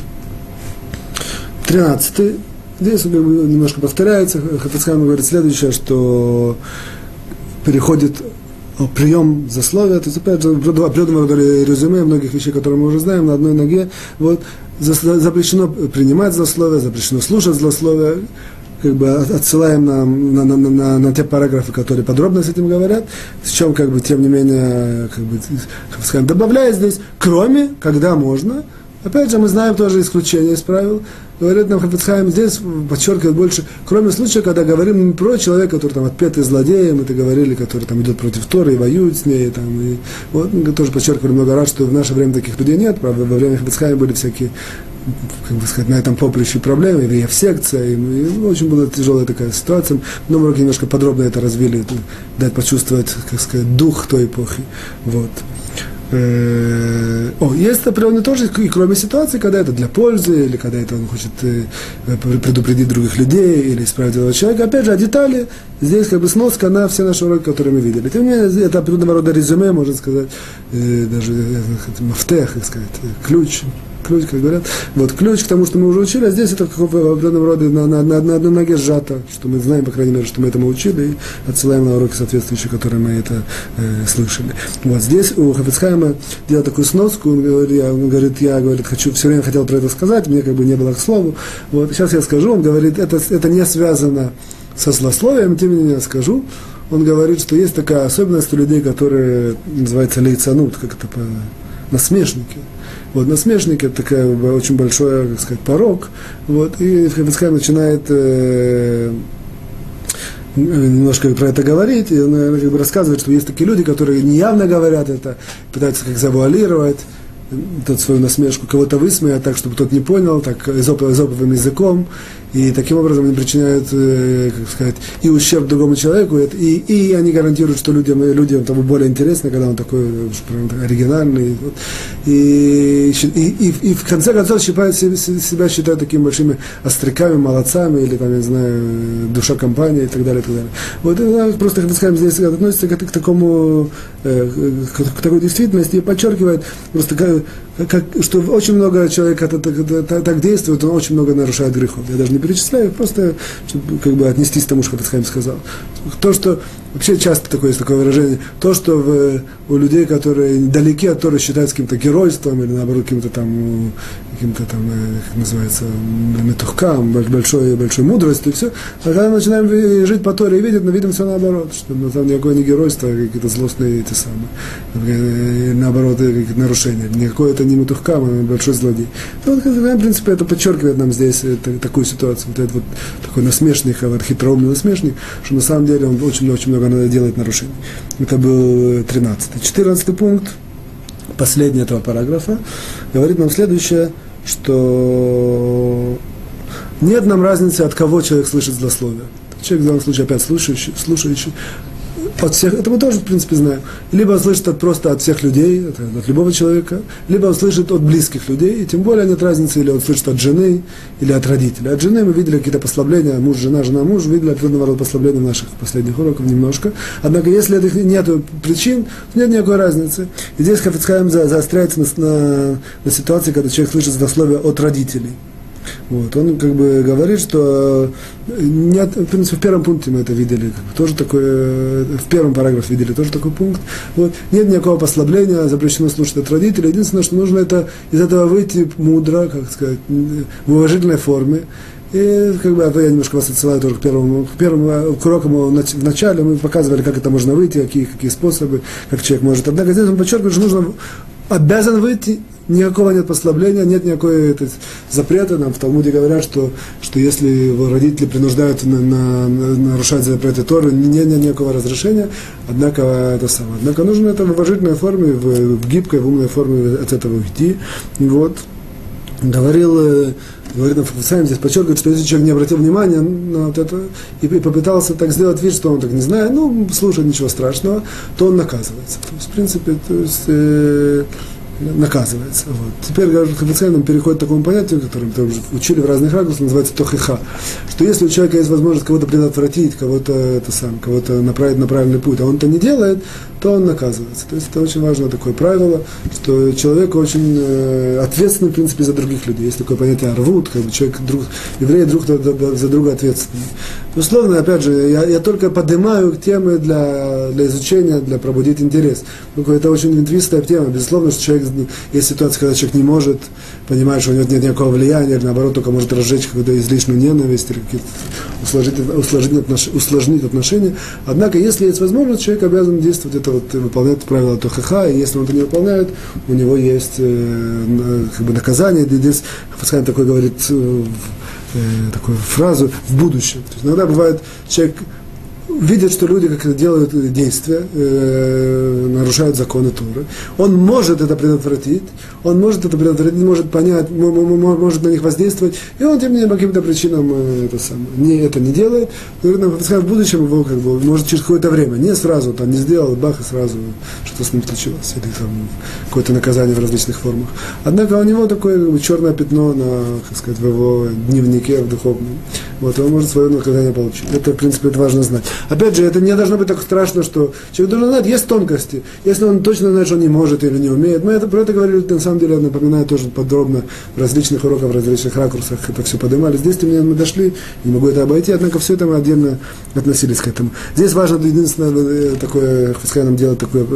13-й, здесь немножко повторяется, Хафец Хаим говорит следующее, что переходит прием злословия, то есть опять же, определенного резюме многих вещей, которые мы уже знаем, на одной ноге, запрещено принимать злословие, запрещено слушать злословие, отсылаем на те параграфы, которые подробно с этим говорят, с чем, тем не менее, добавляет здесь, кроме, когда можно. Опять же, мы знаем тоже исключение из правил. Говорит нам Хафец Хаим здесь, подчеркивает больше, кроме случая, когда говорим про человека, который отпетый злодеем, это говорили, который идет против Торы и воюет с ней. Мы тоже подчеркивали много раз, что в наше время таких людей нет. Правда, во время Хафец Хаима были всякие, на этом поприще проблемы, евреев секция, и очень была тяжелая такая ситуация. Но мы немножко подробно это развили, дать почувствовать, дух той эпохи. Есть определенные тоже, и кроме ситуации, когда это для пользы, или когда это он хочет предупредить других людей, или исправить этого человека. Опять же, детали, здесь сноска на все наши уроки, которые мы видели. Тем не менее, это определенного рода резюме, можно сказать, даже мафтех, ключ, как говорят. Ключ к тому, что мы уже учили, а здесь это в определенном роде на одной ноге сжато, что мы знаем, по крайней мере, что мы этому учили, и отсылаем на уроки соответствующие, которые мы это слышали. Здесь у Хафец Хаима делает такую сноску, он говорит, я все время хотел про это сказать, мне не было к слову. Сейчас я скажу, он говорит, это не связано со злословием, тем не менее я скажу. Он говорит, что есть такая особенность у людей, которые называется лейцанут, как это насмешники. Насмешник – это такая очень большой, порог. И Хафец Хаим начинает немножко про это говорить, и он рассказывает, что есть такие люди, которые неявно говорят это, пытаются завуалировать свою насмешку, кого-то высмеять так, чтобы тот не понял, так эзоповым языком, и таким образом они причиняют, и ущерб другому человеку, и они гарантируют, что людям тому более интересно, когда он такой оригинальный. И в конце концов себя считают такими большими остряками, молодцами, или я не знаю, душа компании и так далее, и так далее. И просто Хафец Хаим здесь относится к такой действительности и подчеркивает просто что очень много человек так действует, он очень много нарушает грехов. Я даже не перечисляю, просто чтобы отнестись к тому, что Хафец Хаим сказал. То, что вообще часто есть такое выражение, то, что у людей, которые далеки от Торы, считаются каким-то геройством или наоборот каким-то как называется, метухкам, большой мудростью, и все. А когда мы начинаем жить по Торе и видим все наоборот, что там никакое не геройство, а какие-то злостные те самые, наоборот, какие-то нарушения. Никакое это не метухкам, а большой злодей. В принципе, это подчеркивает нам здесь такую ситуацию. Этот такой насмешник, хитроумный насмешник, что на самом деле он очень много надо делать нарушений. Это был 13-й. 14-й пункт, последний этого параграфа, говорит нам следующее, что нет нам разницы, от кого человек слышит злословие. Человек в данном случае опять слушающий, от всех, это мы тоже, в принципе, знаем. Либо он слышит просто от всех людей, от любого человека, либо он слышит от близких людей, и тем более нет разницы, или он слышит от жены, или от родителей. От жены мы видели какие-то послабления, муж, жена, жена, муж, видели определенного рода послабления в наших последних уроках немножко. Однако, если этих нет причин, то нет никакой разницы. И здесь Хафец Хаим заостряется на ситуации, когда человек слышит злословие от родителей. Вот. Он как бы говорит, что нет, в принципе, в первом пункте мы это видели, тоже такой, в первом параграфе видели тоже такой пункт. Вот. Нет никакого послабления, запрещено слушать от родителей. Единственное, что нужно это из этого выйти мудро, как сказать, в уважительной форме. И как бы я немножко вас отсылаю тоже к первому урокам в начале. Мы показывали, как это можно выйти, какие способы, как человек может. Однако здесь он подчеркивает, что нужно обязан выйти, никакого нет послабления, нет никакой запрета. Нам в Талмуде говорят, что если его родители принуждают нарушать запреты Торы, нет никакого разрешения, однако нужно это в уважительной форме, в гибкой, в умной форме от этого уйти. Вот. Говорит сами здесь подчеркивает, что если человек не обратил внимания на вот это и попытался так сделать вид, что он так не знает, слушает, ничего страшного, то он наказывается. То есть, в принципе, наказывается. Вот. Теперь Хафец Хаим переходит к такому понятию, которое мы уже учили в разных ракурсах, называется тохиха, что если у человека есть возможность кого-то предотвратить, кого-то направить на правильный путь, а он это не делает, то он наказывается. То есть это очень важное такое правило, что человек очень ответственный, в принципе, за других людей. Есть такое понятие арвут, как бы евреи друг за друга ответственны. Условно, опять же, я только поднимаю темы для изучения, для пробудить интерес. Это очень ветвистая тема. Безусловно, что человек, есть ситуация, когда человек не может, понимает, что у него нет никакого влияния, или наоборот, только может разжечь какую-то излишнюю ненависть, или усложнить отношения. Однако, если есть возможность, человек обязан действовать, выполнять правила тохиха, и если он это не выполняет, у него есть наказание. Здесь Хафец Хаим такой говорит такую фразу в будущем. То есть иногда бывает, человек видит, что люди как делают действия, нарушают законы Торы. Он может это предотвратить, может понять, может на них воздействовать, и он, тем не менее, по каким-то причинам это не делает. В будущем его может через какое-то время, не сразу, не сделал, бах, и сразу что-то с ним случилось, или какое-то наказание в различных формах. Однако у него такое черное пятно в его дневнике, в духовном. Вот, он может свое наказание получить. Это, в принципе, это важно знать. Опять же, это не должно быть так страшно, что человек должен знать, есть тонкости. Если он точно знает, что он не может или не умеет. Мы про это говорили, на самом деле, я напоминаю тоже подробно в различных уроках, в различных ракурсах это все поднимали. Здесь мы дошли, не могу это обойти, однако все это мы отдельно относились к этому. Здесь важно, единственное, такое, Хафец Хаим нам делает такое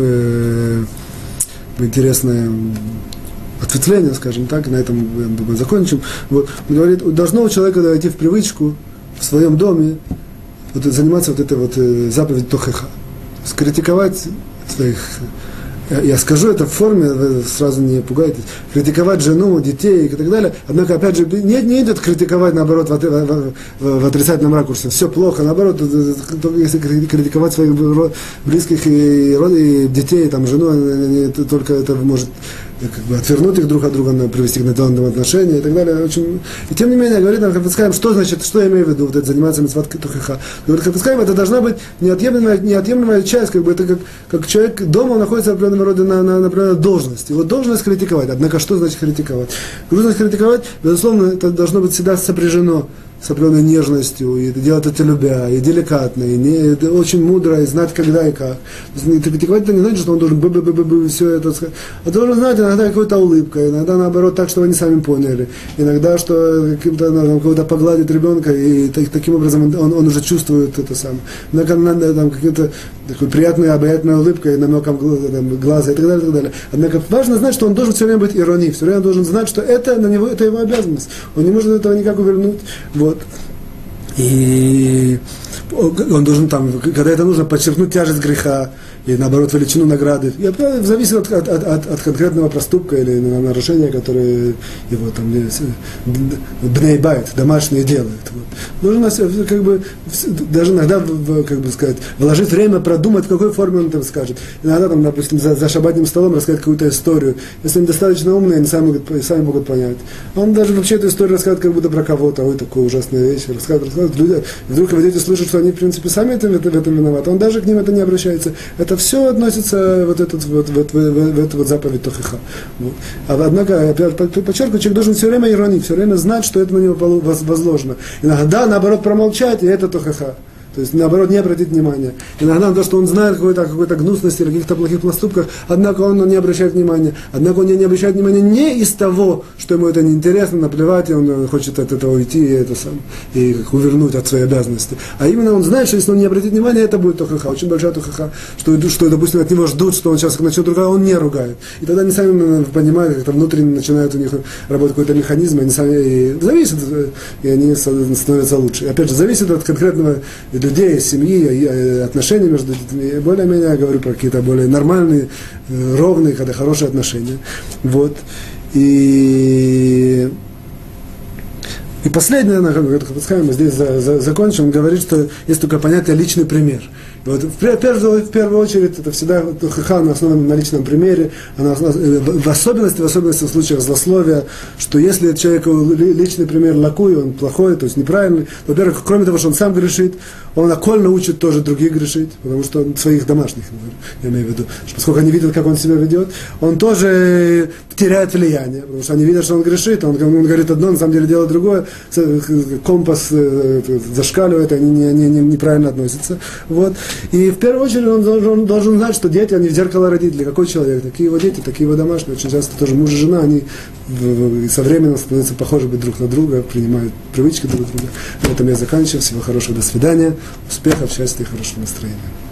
интересное ответвление, скажем так, и на этом, я думаю, закончим. Вот. Он говорит, должно у человека войти в привычку в своем доме заниматься этой заповедью тохиха. Критиковать своих... Я скажу это в форме, вы сразу не пугайтесь, критиковать жену, детей и так далее. Однако, опять же, не идет критиковать, наоборот, в отрицательном ракурсе. Все плохо, наоборот, если критиковать своих близких и детей, жену, только это может отвернуть их друг от друга, привести к национальным отношениям и так далее. И тем не менее, говорит нам Хафец Хаим, что я имею в виду, заниматься мицват тохиха. Говорит Хафец Хаим, это должна быть неотъемлемая часть, это как человек дома находится в определенном роде на определенной должности. Его должность критиковать. Однако, что значит критиковать? Должность критиковать, безусловно, это должно быть всегда сопряжено с определенной нежностью, и делать это любя, и деликатно, и очень мудро, и знать, когда и как. Критиковать это не значит, что он должен все это сказать. А должен знать иногда какой-то улыбкой, иногда наоборот так, чтобы они сами поняли. Иногда, что кого-то погладит ребенка, и таким образом он уже чувствует это самое. Иногда какая-то приятная, обаятельная улыбка, и намеком глаза, и так далее, и так далее. Однако важно знать, что он должен все время быть иронией, все время должен знать, что это его обязанность. Он не может этого никак увернуть. Вот. И он должен когда это нужно, подчеркнуть тяжесть греха, и наоборот величину награды. И это зависит от конкретного проступка или нарушения, которое его там бней байт, домашние делают. Вот. Нужно как бы даже иногда, как бы сказать, вложить время продумать, в какой форме он это скажет. Иногда там, допустим, за шаббатным столом рассказать какую-то историю. Если они достаточно умные, они сами могут понять. Он даже вообще эту историю рассказывает как будто про кого-то, ой, такая ужасная вещь, рассказывает, люди, вдруг вы идете слышать, что они, в принципе, сами в этом виноваты. Он даже к ним это не обращается. Это все относится в эту заповедь Тохиха. Вот. Однако, опять подчеркиваю, человек должен все время иронить, все время знать, что это на него возложено. Иногда, наоборот, промолчать, и это Тохиха. То есть, наоборот, не обратить внимания. Иногда на то, что он знает какой-то гнусности или каких-то плохих поступках, однако он не обращает внимания. Однако он не обращает внимания не из того, что ему это неинтересно, наплевать, и он хочет от этого уйти и увернуть от своей обязанности. А именно он знает, что если он не обратит внимания, это будет Тохиха, очень большая Тохиха, что, допустим, от него ждут, что он сейчас начнет ругать, он не ругает. И тогда они сами понимают, как-то внутренне начинает у них работать какой-то механизм, они сами зависят, и они становятся лучше. И опять же, зависит от конкретного людей, семьи, отношений между детьми. Более-менее я говорю про какие-то более нормальные, ровные, когда хорошие отношения. Вот. И последнее, мы здесь закончим, он говорит, что есть только понятие «личный пример». Вот, в первую очередь, это всегда Тохиха основана на личном примере, в особенности в случаях злословия, что если человеку личный пример лакуй, он плохой, то есть неправильный, во-первых, кроме того, что он сам грешит, он окольно учит тоже других грешить, потому что он своих домашних, я имею в виду, поскольку они видят, как он себя ведет, он тоже теряет влияние, потому что они видят, что он грешит, он говорит одно, на самом деле делает другое, компас зашкаливает, они неправильно относятся. Вот. И в первую очередь он должен знать, что дети, они в зеркало родителей. Какой человек? Такие его дети, такие его домашние. Очень часто тоже муж и жена, они со временем становятся похожи друг на друга, принимают привычки друг друга. На этом я заканчиваю. Всего хорошего, до свидания. Успехов, счастья и хорошего настроения.